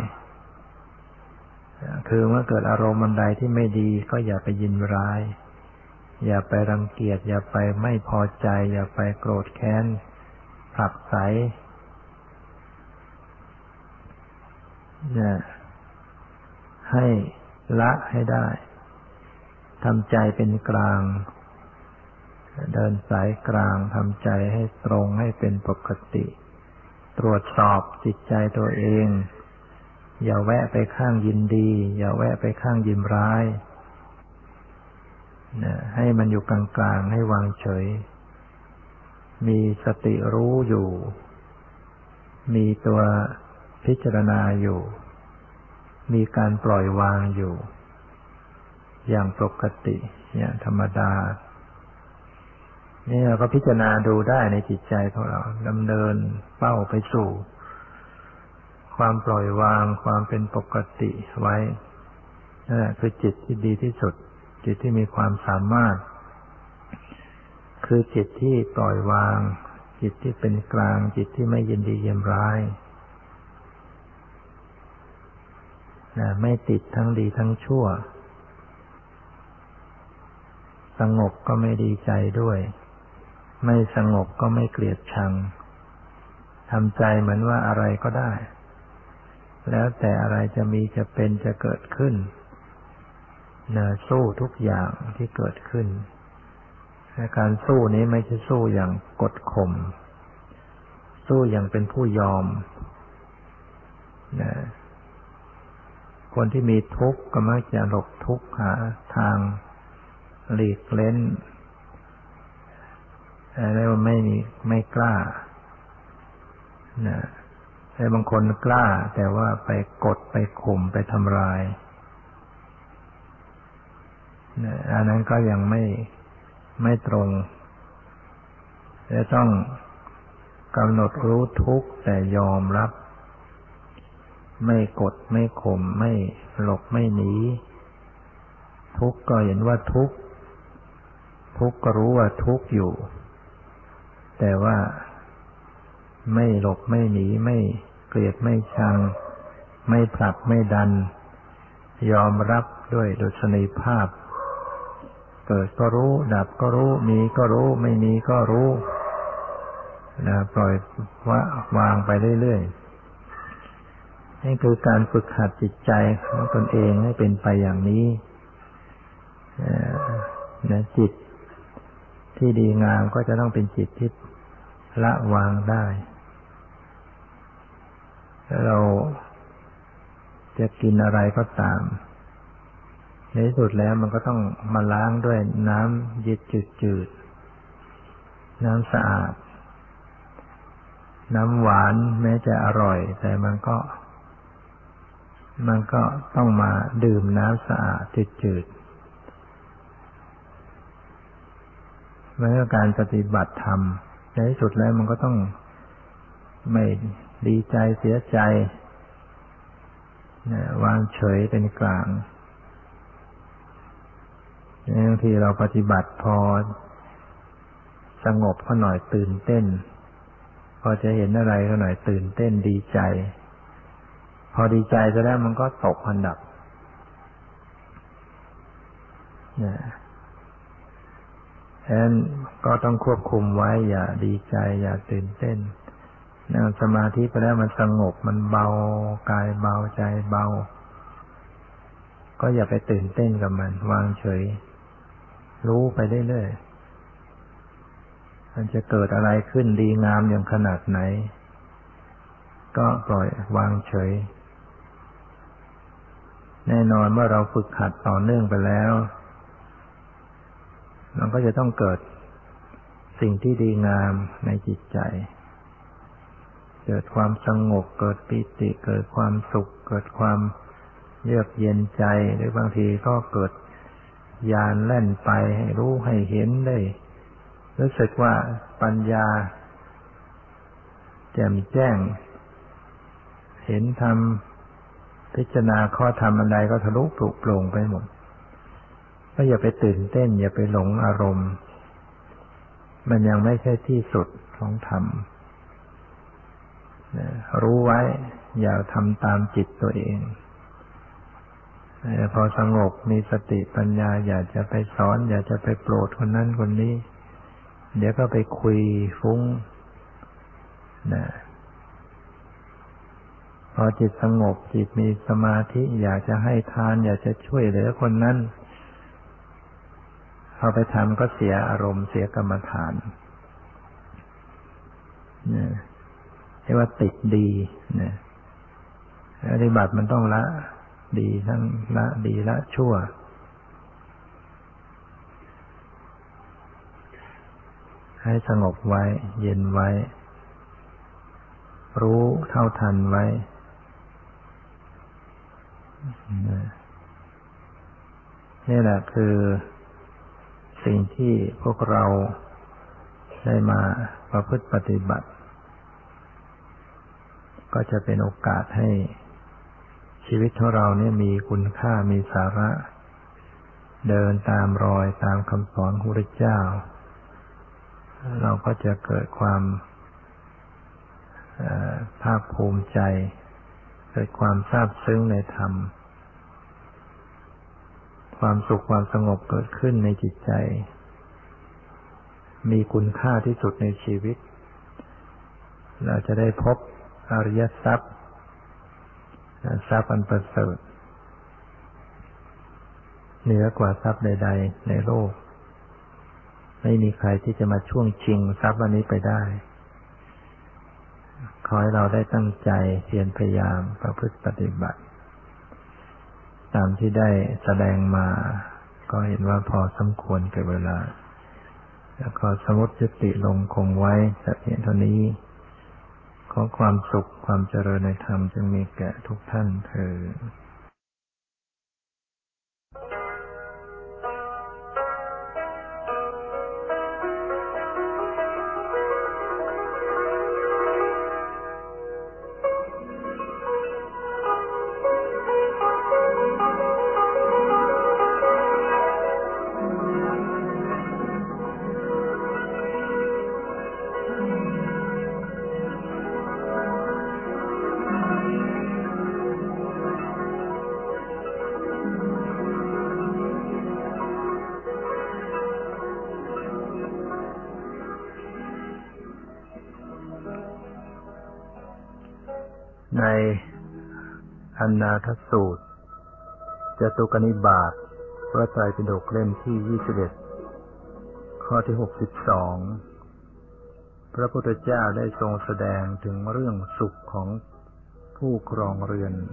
คือเมื่อเกิดอารมณ์ใดที่ไม่ดีก็อย่าไปยินร้ายอย่าไปรังเกียจอย่าไปไม่พอใจอย่าไปโกรธแค้นผลักไสให้ละให้ได้ทำใจเป็นกลางเดินสายกลางทำใจให้ตรงให้เป็นปกติตรวจสอบจิตใจตัวเองอย่าแวะไปข้างยินดีอย่าแวะไปข้างยินร้ายให้มันอยู่กลางๆให้วางเฉยมีสติรู้อยู่มีตัวพิจารณาอยู่มีการปล่อยวางอยู่อย่างปกติเนี่ยธรรมดานี่เราก็พิจารณาดูได้ในจิตใจของเราดำเนินเป้าไปสู่ความปล่อยวางความเป็นปกติไว้นั่นแหละคือจิตที่ดีที่สุดจิตที่มีความสามารถคือจิตที่ปล่อยวางจิตที่เป็นกลางจิตที่ไม่ยินดียินร้ายไม่ติดทั้งดีทั้งชั่วสงบก็ไม่ดีใจด้วยไม่สงบก็ไม่เกลียดชังทำใจเหมือนว่าอะไรก็ได้แล้วแต่อะไรจะมีจะเป็นจะเกิดขึ้นสู้ทุกอย่างที่เกิดขึ้นแต่การสู้นี้ไม่ใช่สู้อย่างกดข่มสู้อย่างเป็นผู้ยอมคนที่มีทุกข์ก็มักจะหลบทุกข์หาทางหลีกเล้นแล้วไม่กล้าแต่บางคนกล้าแต่ว่าไปกดไปข่มไปทำลายอันนั้นก็ยังไม่ตรงจะต้องกำหนดรู้ทุกข์แต่ยอมรับไม่กดไม่ข่มไม่หลบไม่หนีทุกข์ก็เห็นว่าทุกข์ทุกข์ก็รู้ว่าทุกข์อยู่แต่ว่าไม่หลบไม่หนีไม่เกลียดไม่ชังไม่ผลักไม่ดันยอมรับด้วยดุษณีภาพเกิดก็รู้ดับก็รู้มีก็รู้ไม่มีก็รู้ปล่อยวางไปเรื่อยๆนี่คือการฝึกหัดจิตใจของตนเองให้เป็นไปอย่างนี้จิตที่ดีงามก็จะต้องเป็นจิตที่ละวางได้เราจะกินอะไรก็ตามในที่สุดแล้วมันก็ต้องมาล้างด้วยน้ำเย็นจืดๆน้ำสะอาดน้ำหวานแม้จะอร่อยแต่มันก็ต้องมาดื่มน้ำสะอาดจืดๆมันก็การปฏิบัติธรรมในที่สุดแล้วมันก็ต้องไม่ดีใจเสียใจวางเฉยเป็นกลางบางทีเราปฏิบัติพอสงบก็หน่อยตื่นเต้นพอจะเห็นอะไรก็หน่อยตื่นเต้นดีใจพอดีใจจะแล้วมันก็ตกอันดับฉะนั้นก็ต้องควบคุมไว้อย่าดีใจอย่าตื่นเต้นนั่งสมาธิไปแล้วมันสงบมันเบากายเบาใจเบาก็อย่าไปตื่นเต้นกับมันวางเฉยรู้ไปเรื่อยๆมันจะเกิดอะไรขึ้นดีงามอย่างขนาดไหนก็ปล่อยวางเฉยแน่นอนเมื่อเราฝึกหัดต่อเนื่องไปแล้วมันก็จะต้องเกิดสิ่งที่ดีงามในจิตใจเกิดความสงบเกิดปิติเกิดความสุขเกิดความเยือกเย็นใจหรือบางทีก็เกิดญาณแล่นไปให้รู้ให้เห็นได้รู้สึกว่าปัญญาแจ่มแจ้งเห็นธรรมพิจารณาข้อธรรมอันใดก็ทะลุปลุกโปร่งไปหมดก็อย่าไปตื่นเต้นอย่าไปหลงอารมณ์มันยังไม่ใช่ที่สุดของธรรมรู้ไว้อย่าทำตามจิตตัวเองพอสงบมีสติปัญญาอยากจะไปสอนอยากจะไปโปรดคนนั้นคนนี้เดี๋ยวก็ไปคุยฟุ้งนะพอจิตสงบจิตมีสมาธิอยากจะให้ทานอยากจะช่วยเหลือคนนั้นพอไปทำก็เสียอารมณ์เสียกรรมฐานเนี่ยเรียกว่าติดดีเนี่ยปฏิบัติมันต้องละดีทั้งละดีละชั่วให้สงบไว้เย็นไว้รู้เท่าทันไว้นี่แหละคือสิ่งที่พวกเราได้มาประพฤติปฏิบัติก็จะเป็นโอกาสให้ชีวิตของเราเนี่ยมีคุณค่ามีสาระเดินตามรอยตามคำสอนของพระพุทธเจ้าเราก็จะเกิดความภาคภูมิใจเกิดความซาบซึ้งในธรรมความสุขความสงบเกิดขึ้นในจิตใจมีคุณค่าที่สุดในชีวิตเราจะได้พบอริยทรัพย์ทรัพย์อันประเสริฐเหนือกว่าทรัพย์ใดๆในโลกไม่มีใครที่จะมาช่วงชิงทรัพย์อันนี้ไปได้ขอให้เราได้ตั้งใจเพียรพยายามประพฤติปฏิบัติตามที่ได้แสดงมาก็เห็นว่าพอสมควรแก่เวลาแล้วก็สมมุติยุติลงคงไว้แต่เพียงเท่านี้ขอความสุขความเจริญในธรรมจงมีแก่ทุกท่านเทอญในอนาถสูตรจตุกนิบาตพระไตรปิฎกเล่มที่21ข้อที่62พระพุทธเจ้าได้ทรงแสดงถึงเรื่องสุขของผู้ครองเรือน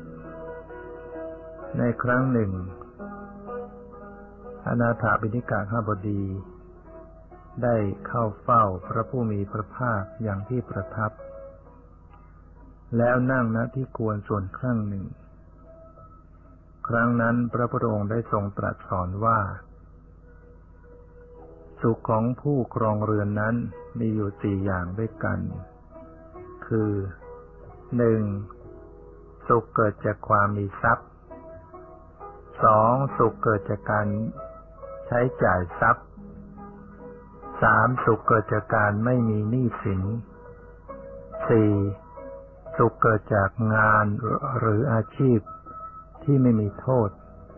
ในครั้งหนึ่งอนาถบิณฑิกขบดีได้เข้าเฝ้าพระผู้มีพระภาคอย่างที่ประทับแล้วนั่งณที่ควรส่วนข้างหนึ่งครั้งนั้นพระพุทธองค์ได้ทรงตรัสสอนว่าสุขของผู้ครองเรือนนั้นมีอยู่4อย่างด้วยกันคือ 1. สุขเกิดจากความมีทรัพย์ 2. สุขเกิดจากการใช้จ่ายทรัพย์ 3. สุขเกิดจากการไม่มีหนี้สิน 4. สุขเกิดจากงานหรืออาชีพที่ไม่มีโทษ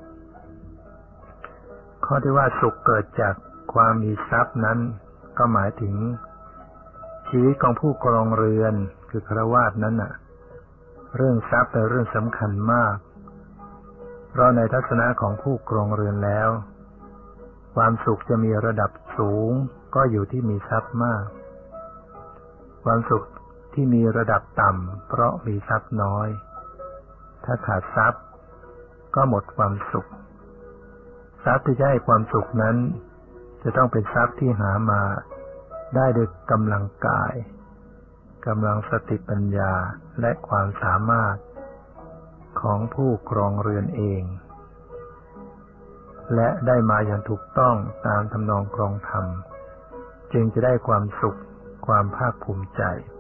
ข้อที่ว่าสุขเกิดจากความมีทรัพย์นั้นก็หมายถึงชีวิตของผู้ครองเรือนคือฆราวาสนั้นน่ะเรื่องทรัพย์เป็นเรื่องสำคัญมากเพราะในทัศนะของผู้ครองเรือนแล้วความสุขจะมีระดับสูงก็อยู่ที่มีทรัพย์มากความสุขที่มีระดับต่ำเพราะมีทรัพย์น้อยถ้าขาดทรัพย์ก็หมดความสุขทรัพย์ที่จะให้ความสุขนั้นจะต้องเป็นทรัพย์ที่หามาได้โดยกำลังกายกำลังสติปัญญาและความสามารถของผู้ครองเรือนเองและได้มาอย่างถูกต้องตามทำนองครองธรรมจึงจะได้ความสุขความภาคภูมิใจ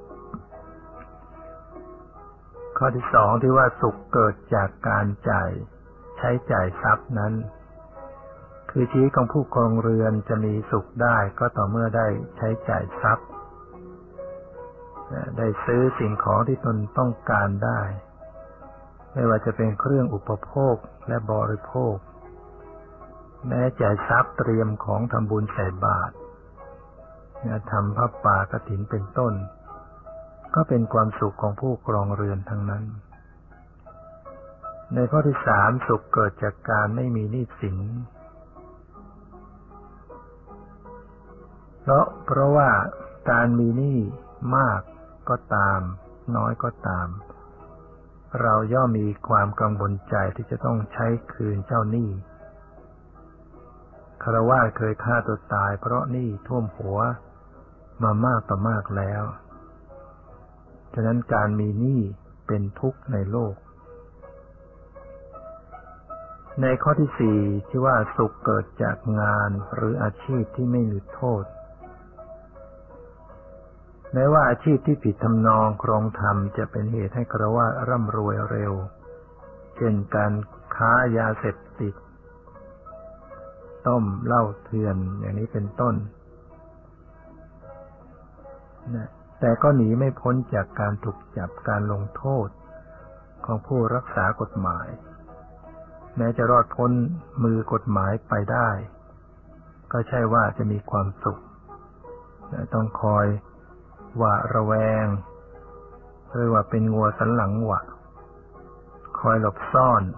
ข้อที่สองที่ว่าสุขเกิดจากการใช้จ่ายทรัพย์นั้นคือชีวิตของผู้ครองเรือนจะมีสุขได้ก็ต่อเมื่อได้ใช้จ่ายทรัพย์ได้ซื้อสิ่งของที่ตนต้องการได้ไม่ว่าจะเป็นเครื่องอุปโภคและบริโภคแม้จ่ายทรัพย์เตรียมของทำบุญใส่บาตรทำผ้าป่ากฐินเป็นต้นก็เป็นความสุขของผู้ครองเรือนทั้งนั้นในข้อที่สามสุขเกิดจากการไม่มีหนี้สินเพราะว่าการมีหนี้มากก็ตามน้อยก็ตามเราย่อมมีความกังวลใจที่จะต้องใช้คืนเจ้าหนี้ฆราวาสเคยฆ่าตัวตายเพราะหนี้ท่วมหัวมามากต่อมากแล้วฉะนั้นการมีหนี้เป็นทุกข์ในโลกในข้อที่สี่ที่ว่าสุขเกิดจากงานหรืออาชีพที่ไม่มีโทษแม้ว่าอาชีพที่ผิดทำนองครองธรรมจะเป็นเหตุให้ฆราวาสร่ำรวยเร็วเช่นการค้ายาเสพติดต้มเหล้าเถื่อนอย่างนี้เป็นต้นแต่ก็หนีไม่พ้นจากการถูกจับการลงโทษของผู้รักษากฎหมายแม้จะรอดพ้นมือกฎหมายไปได้ก็ใช่ว่าจะมีความสุขต้องคอยหวาดระแวงเรียกว่าเป็นงัวสันหลังหวะคอยหลบซ่อน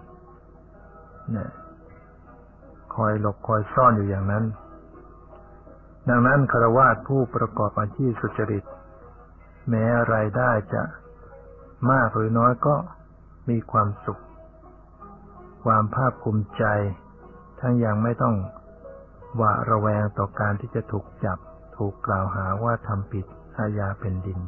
คอยหลบคอยซ่อนอยู่อย่างนั้นดังนั้นฆราวาสผู้ประกอบอาชีพสุจริตแม้รายได้จะมากหรือน้อยก็มีความสุขความภาคภูมิใจทั้งยังไม่ต้องหวาดระแวงต่อการที่จะถูกจับถูกกล่าวหาว่าทำผิดอาญาแผ่นดิน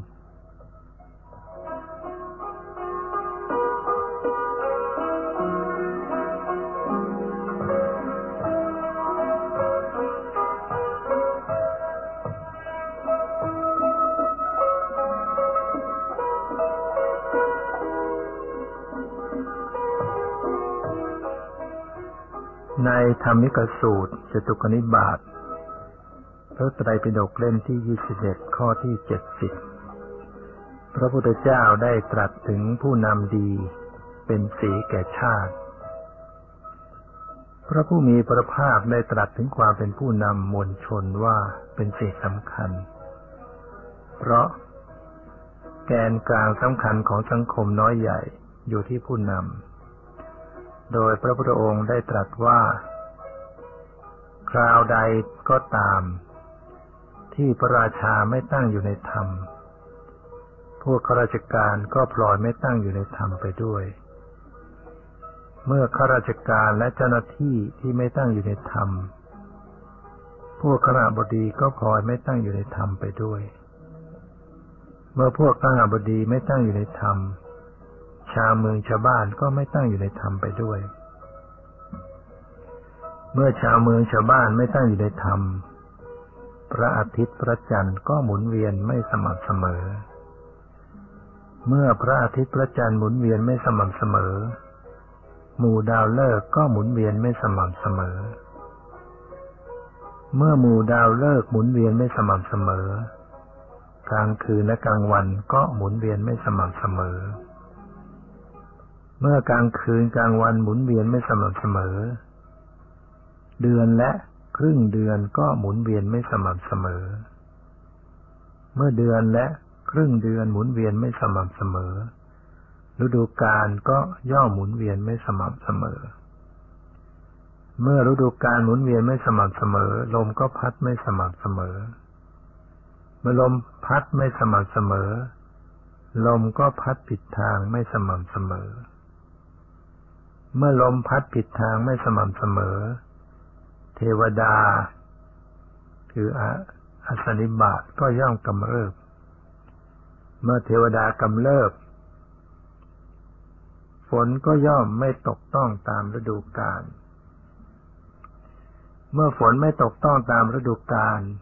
ในธรรมิกสูตรจตุกนิบาตพระไตรปิฎกเล่มที่21ข้อที่70พระพุทธเจ้าได้ตรัสถึงผู้นำดีเป็นสีแก่ชาติพระผู้มีพระภาคได้ตรัสถึงความเป็นผู้นำมวลชนว่าเป็นสิ่งสำคัญเพราะแกนกลางสำคัญของสังคมน้อยใหญ่อยู่ที่ผู้นำโดยพระพุทธองค์ได้ตรัสว่าคราวใดก็ตามที่พระราชาไม่ตั้งอยู่ในธรรมพวกข้าราชการก็พลอยไม่ตั้งอยู่ในธรรมไปด้วยเมื่อข้าราชการและเจ้าหน้าที่ที่ไม่ตั้งอยู่ในธรรมพวกคฤบดีก็พลอยไม่ตั้งอยู่ในธรรมไปด้วยเมื่อพวกคฤบดีไม่ตั้งอยู่ในธรรมชาวเมืองชาวบ้านก็ไม่ตั้งอยู่ในธรรมไปด้วยเมื่อชาวเมืองชาวบ้านไม่ตั้งอยู่ในธรรมพระอาทิตย์พระจันทร์ก็หมุนเวียนไม่สม่ำเสมอเมื่อพระอาทิตย์พระจันทร์หมุนเวียนไม่สม่ำเสมอหมู่ดาวฤกษ์ก็หมุนเวียนไม่สม่ำเสมอเมื่อหมู่ดาวฤกษ์หมุนเวียนไม่สม่ำเสมอกลางคืนและกลางวันก็หมุนเวียนไม่สม่ำเสมอเมื่อกลางคืนกลางวันหมุนเวียนไม่สม่ำเสมอเดือนและครึ่งเดือนก็หมุนเวียนไม่สม่ำเสมอเมื่อเดือนและครึ่งเดือนหมุนเวียนไม่สม่ำเสมอฤดูกาลก็ย่อมหมุนเวียนไม่สม่ำเสมอเมื่อฤดูกาลหมุนเวียนไม่สม่ำเสมอลมก็พัดไม่สม่ำเสมอเมื่อลมพัดไม่สม่ำเสมอลมก็พัดผิดทางไม่สม่ำเสมอเมื่อลมพัดผิดทางไม่สม่ำเสมอเทวดาคืออสนิบาตก็ย่อมกำเริบเมื่อเทวดากำเริบฝนก็ย่อมไม่ตกต้องตามฤดูกาลเมื่อฝนไม่ตกต้องตามฤดูกาล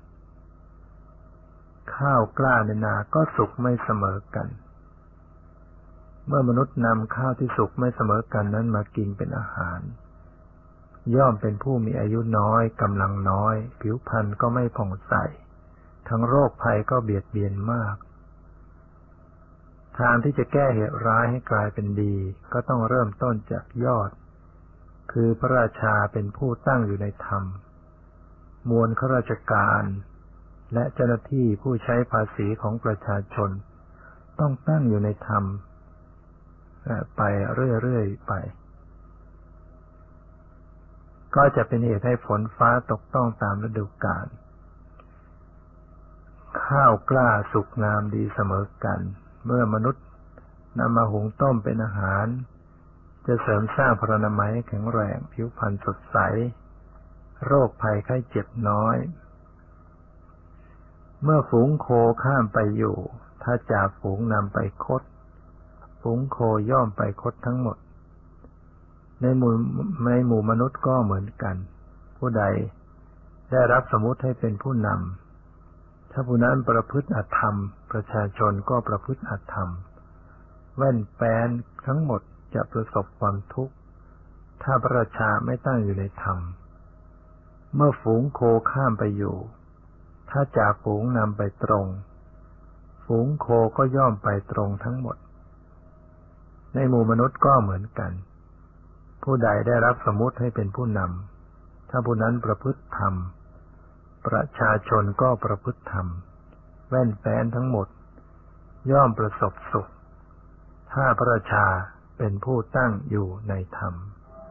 ข้าวกล้าในนาก็สุกไม่เสมอกันเมื่อมนุษย์นำข้าวที่สุกไม่เสมอกันนั้นมากินเป็นอาหารย่อมเป็นผู้มีอายุน้อยกำลังน้อยผิวพรรณก็ไม่ผ่องใสทั้งโรคภัยก็เบียดเบียนมากทางที่จะแก้เหตุร้ายให้กลายเป็นดีก็ต้องเริ่มต้นจากยอดคือพระราชาเป็นผู้ตั้งอยู่ในธรรมมวลข้าราชการและเจ้าหน้าที่ผู้ใช้ภาษีของประชาชนต้องตั้งอยู่ในธรรมไปเรื่อยๆไปก็จะเป็นเหตุให้ฝนฟ้าตกต้องตามฤดูกาลข้าวกล้าสุกงามดีเสมอกันเมื่อมนุษย์นำมาหุงต้มเป็นอาหารจะเสริมสร้างพรรณนามัยให้แข็งแรงผิวพรรณสดใสโรคภัยไข้เจ็บน้อยเมื่อฝูงโคข้ามไปอยู่ถ้าจ่าฝูงนำไปคดฝูงโคย่อมไปคดทั้งหมดในหมู่มนุษย์ก็เหมือนกันผู้ใดได้รับสมมุติให้เป็นผู้นำถ้าผู้นั้นประพฤติอธรรมประชาชนก็ประพฤติอธรรมแว่นแปนทั้งหมดจะประสบความทุกข์ถ้าพระราชาไม่ตั้งอยู่ในธรรมเมื่อฝูงโคข้ามไปอยู่ถ้าจ่าฝูงนำไปตรงฝูงโคก็ย่อมไปตรงทั้งหมดในหมู่มนุษย์ก็เหมือนกันผู้ใดได้รับสมมุติให้เป็นผู้นำถ้าผู้นั้นประพฤติธรรมประชาชนก็ประพฤติธรรมแว่นแปนทั้งหมดย่อมประสบสุขถ้าพระราชาเป็นผู้ตั้งอยู่ในธรรม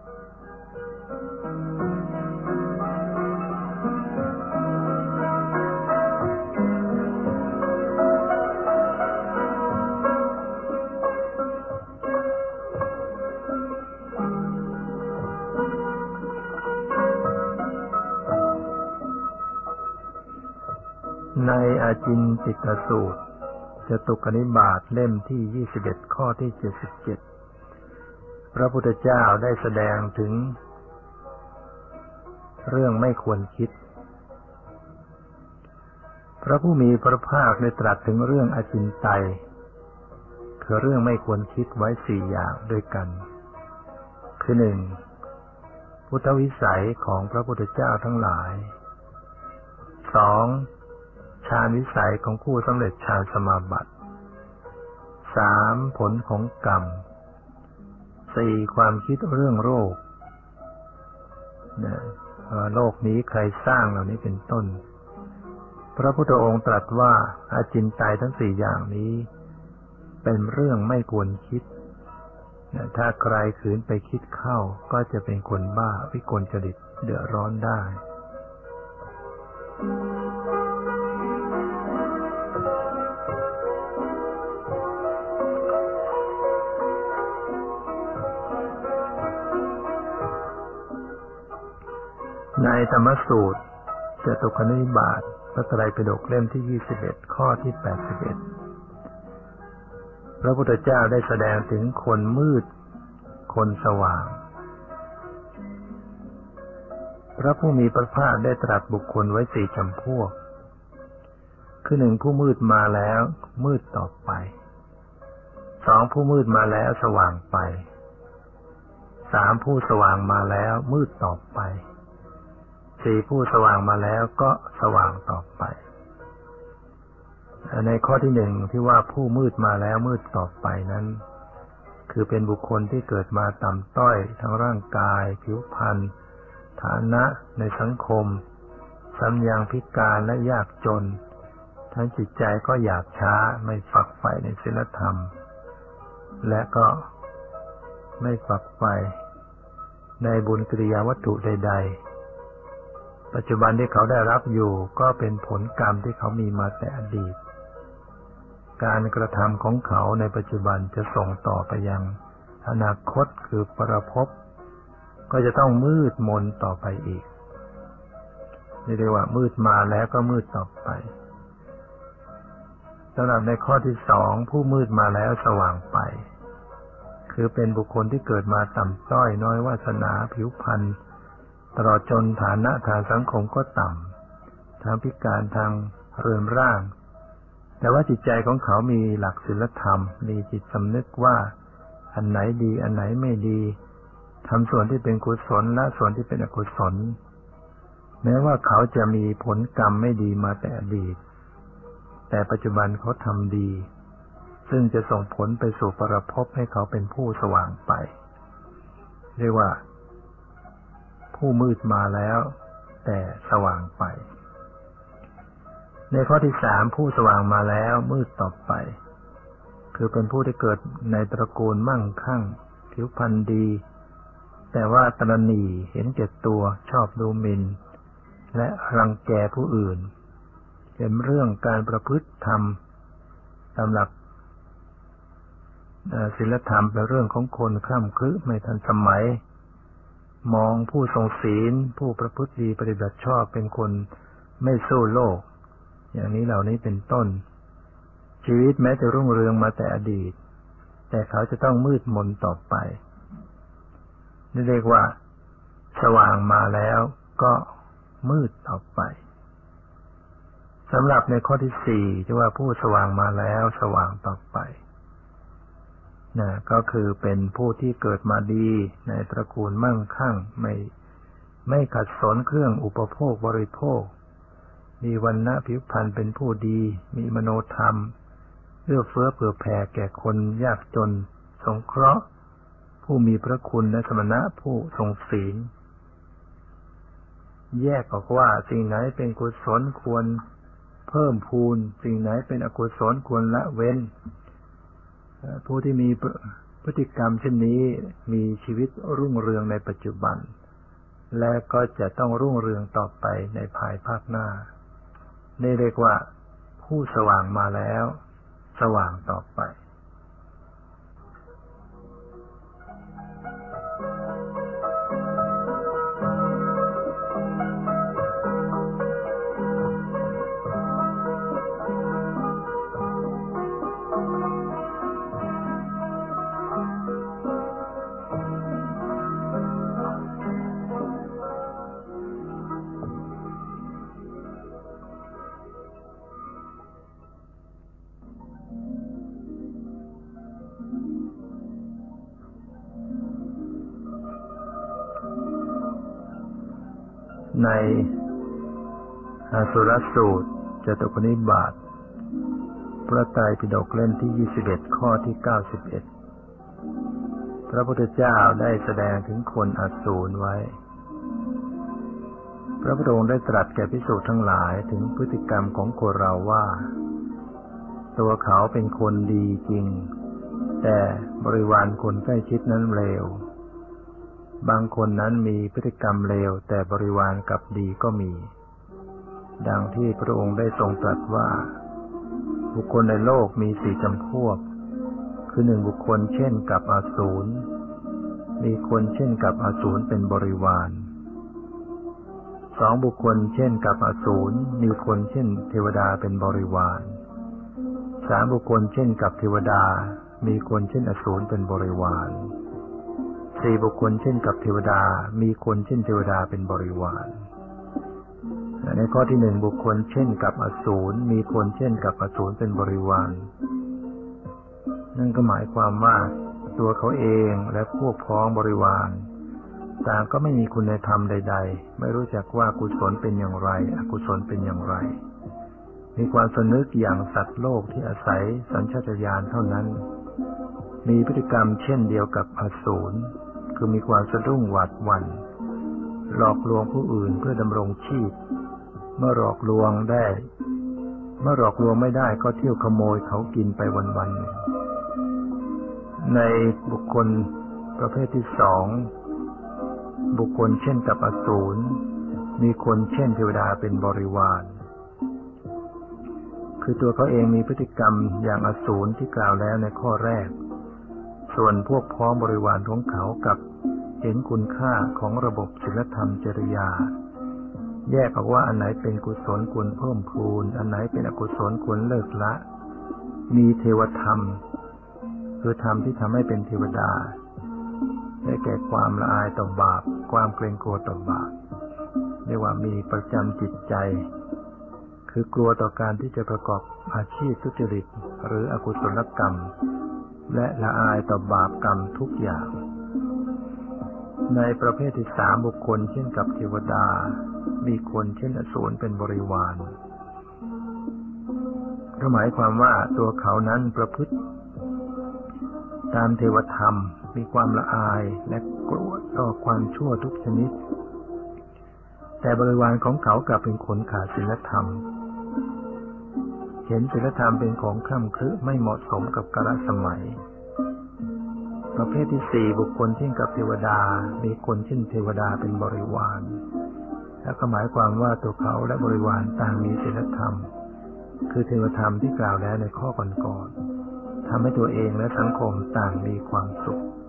ในอาจินติกสูตรจตุกนิบาตเล่มที่21ข้อที่77พระพุทธเจ้าได้แสดงถึงเรื่องไม่ควรคิดพระผู้มีพระภาคได้ตรัสถึงเรื่องอจินไตยคือเรื่องไม่ควรคิดไว้4อย่างด้วยกันคือ 1. พุทธวิสัยของพระพุทธเจ้าทั้งหลาย 2. ฌานวิสัยของผู้สำเร็จฌานสมาบัติ 3. ผลของกรรม 4. ความคิดเรื่องโรคโลกนี้ใครสร้างเหล่านี้เป็นต้นพระพุทธองค์ตรัสว่าอาจินไตยทั้ง4อย่างนี้เป็นเรื่องไม่ควรคิดถ้าใครขืนไปคิดเข้าก็จะเป็นคนบ้าวิกลจริตเดือดร้อนได้ในธรรมสูตรจตุกนิบาตพระไตรปิฎกเล่มที่21ข้อที่81พระพุทธเจ้าได้แสดงถึงคนมืดคนสว่างพระผู้มีพระภาคได้ตรัสบุคคลไว้4จำพวกคือ 1. ผู้มืดมาแล้วมืดต่อไป 2. ผู้มืดมาแล้วสว่างไป 3. ผู้สว่างมาแล้วมืดต่อไป 4. ผู้สว่างมาแล้วก็สว่างต่อไปในข้อที่1ที่ว่าผู้มืดมาแล้วมืดต่อไปนั้นคือเป็นบุคคลที่เกิดมาต่ำต้อยทั้งร่างกายผิวพรรณฐานะในสังคมสำยังพิการและยากจนทั้งจิตใจก็หยาบช้าไม่ฝักใฝ่ในศีลธรรมและก็ไม่ฝักใฝ่ในบุญกิริยาวัตถุใดๆปัจจุบันที่เขาได้รับอยู่ก็เป็นผลกรรมที่เขามีมาแต่อดีตการกระทำของเขาในปัจจุบันจะส่งต่อไปยังอนาคตคือปรภพก็จะต้องมืดมนต่อไปอีกเรียกว่ามืดมาแล้วก็มืดต่อไปสำหรับในข้อที่2ผู้มืดมาแล้วสว่างไปคือเป็นบุคคลที่เกิดมาต่ำต้อยน้อยวาสนาผิวพรรณตลอดจนฐานะทางสังคมก็ต่ำทางพิการทางเรือนร่างแต่ว่าจิตใจของเขามีหลักศีลธรรมมีจิตสำนึกว่าอันไหนดีอันไหนไม่ดีทำส่วนที่เป็นกุศลละส่วนที่เป็นอกุศลแม้ว่าเขาจะมีผลกรรมไม่ดีมาแต่อดีตแต่ปัจจุบันเขาทำดีซึ่งจะส่งผลไปสู่ปรภพให้เขาเป็นผู้สว่างไปเรียกว่าผู้มืดมาแล้วแต่สว่างไปในข้อที่สามผู้สว่างมาแล้วมืดต่อไปคือเป็นผู้ที่เกิดในตระกูลมั่งคั่งผิวพรรณดีแต่ว่าตระหนี่เห็นแก่ตัวชอบดูหมิ่นและรังแกผู้อื่นเห็นเรื่องการประพฤติธรรมตามหลักศีลธรรมเป็นเรื่องของคนคล่ำครึไม่ทันสมัยมองผู้ทรงศีลผู้ประพฤติดีปฏิบัติชอบเป็นคนไม่สู้โลกอย่างนี้เหล่านี้เป็นต้นชีวิตแม้จะรุ่งเรืองมาแต่อดีตแต่เขาจะต้องมืดมนต่อไปนี่เรียกว่าสว่างมาแล้วก็มืดต่อไปสำหรับในข้อที่สี่ที่ว่าผู้สว่างมาแล้วสว่างต่อไปก็คือเป็นผู้ที่เกิดมาดีในตระกูลมั่งคั่งไม่ขัดสนเครื่องอุปโภคบริโภคมีวรรณะผิวพรรณเป็นผู้ดีมีมโนธรรมเอื้อเฟื้อเผื่อแผ่แก่คนยากจนสงเคราะห์ผู้มีพระคุณและสมณะผู้ทรงศีลแยกออกว่าสิ่งไหนเป็นกุศลควรเพิ่มพูนสิ่งไหนเป็นอกุศลควรละเว้นผู้ที่มีพฤติกรรมเช่นนี้มีชีวิตรุ่งเรืองในปัจจุบันและก็จะต้องรุ่งเรืองต่อไปในภายภาคหน้านี่เรียกว่าผู้สว่างมาแล้วสว่างต่อไปในอาสุรสูตรจตุปนิบาตพระไตรปิฎกเล่มที่21ข้อที่91พระพุทธเจ้าได้แสดงถึงคนอสูรไว้พระพุทธองค์ได้ตรัสแก่ภิกษุทั้งหลายถึงพฤติกรรมของคนเราว่าตัวเขาเป็นคนดีจริงแต่บริวารคนใกล้ชิดนั้นเลวบางคนนั้นมีพฤติกรรมเลวแต่บริวารกลับดีก็มีดังที่พระองค์ได้ทรงตรัสว่าบุคคลในโลกมี4จำพวกคือ1บุคคลเช่นกับอสูรมีคนเช่นกับอสูรเป็นบริวาร2บุคคลเช่นกับอสูรมีคนเช่นเทวดาเป็นบริวาร3บุคคลเช่นกับเทวดามีคนเช่นอสูรเป็นบริวาร4บุคคลเช่นกับเทวดามีคนเช่นเทวดาเป็นบริวารในข้อที่1บุคคลเช่นกับอสูรมีคนเช่นกับอสูรเป็นบริวารนั่นก็หมายความว่าตัวเขาเองและพวกพ้องบริวารต่างก็ไม่มีคุณธรรมใดๆไม่รู้จักว่ากุศลเป็นอย่างไรอกุศลเป็นอย่างไรมีความสนึกอย่างสัตว์โลกที่อาศัยสัญชาตญาณเท่านั้นมีพฤติกรรมเช่นเดียวกับอสูรคือมีความสะดุ้งหวาดหวั่นหลอกลวงผู้อื่นเพื่อดำรงชีพเมื่อหลอกลวงไม่ได้ก็เที่ยวขโมยเขากินไปวันๆในบุคคลประเภทที่2บุคคลเช่นกับอสูรมีคนเช่นเทวดาเป็นบริวารคือตัวเขาเองมีพฤติกรรมอย่างอสูรที่กล่าวแล้วในข้อแรกส่วนพวกพ้องบริวารของเขากับเห็นคุณค่าของระบบศีลธรรมจริยาแยกออกว่าอันไหนเป็นกุศลควรเพิ่มพูนอันไหนเป็นอกุศลควรเลิกละมีเทวธรรมคือธรรมที่ทำให้เป็นเทวดาได้แก่ความละอายต่อบาปความเกรงกลัวต่อบาปเรียกว่ามีประจำจิตใจคือกลัวต่อการที่จะประกอบอาชีพทุจริตหรืออกุศลกรรมและละอายต่อบาปกรรมทุกอย่างในประเภทที่สามบุคคลเช่นกับเทวดามีคนเช่นอสูรเป็นบริวารก็หมายความว่าตัวเขานั้นประพฤติตามเทวธรรมมีความละอายและกลัวต่อความชั่วทุกชนิดแต่บริวารของเขากลับเป็นคนขาดศีลธรรมเห็นศีลธรรมเป็นของคล่ำครึไม่เหมาะสมกับกาลสมัยประเภทที่สี่บุคคลเช่นกับเทวดามีคนเช่นเทวดาเป็นบริวารแล้วก็หมายความว่าตัวเขาและบริวารต่างมีศีลธรรมคือเทวธรรมที่กล่าวแล้วในข้อก่อนๆทำให้ตัวเองและสังคมต่างมีความสุข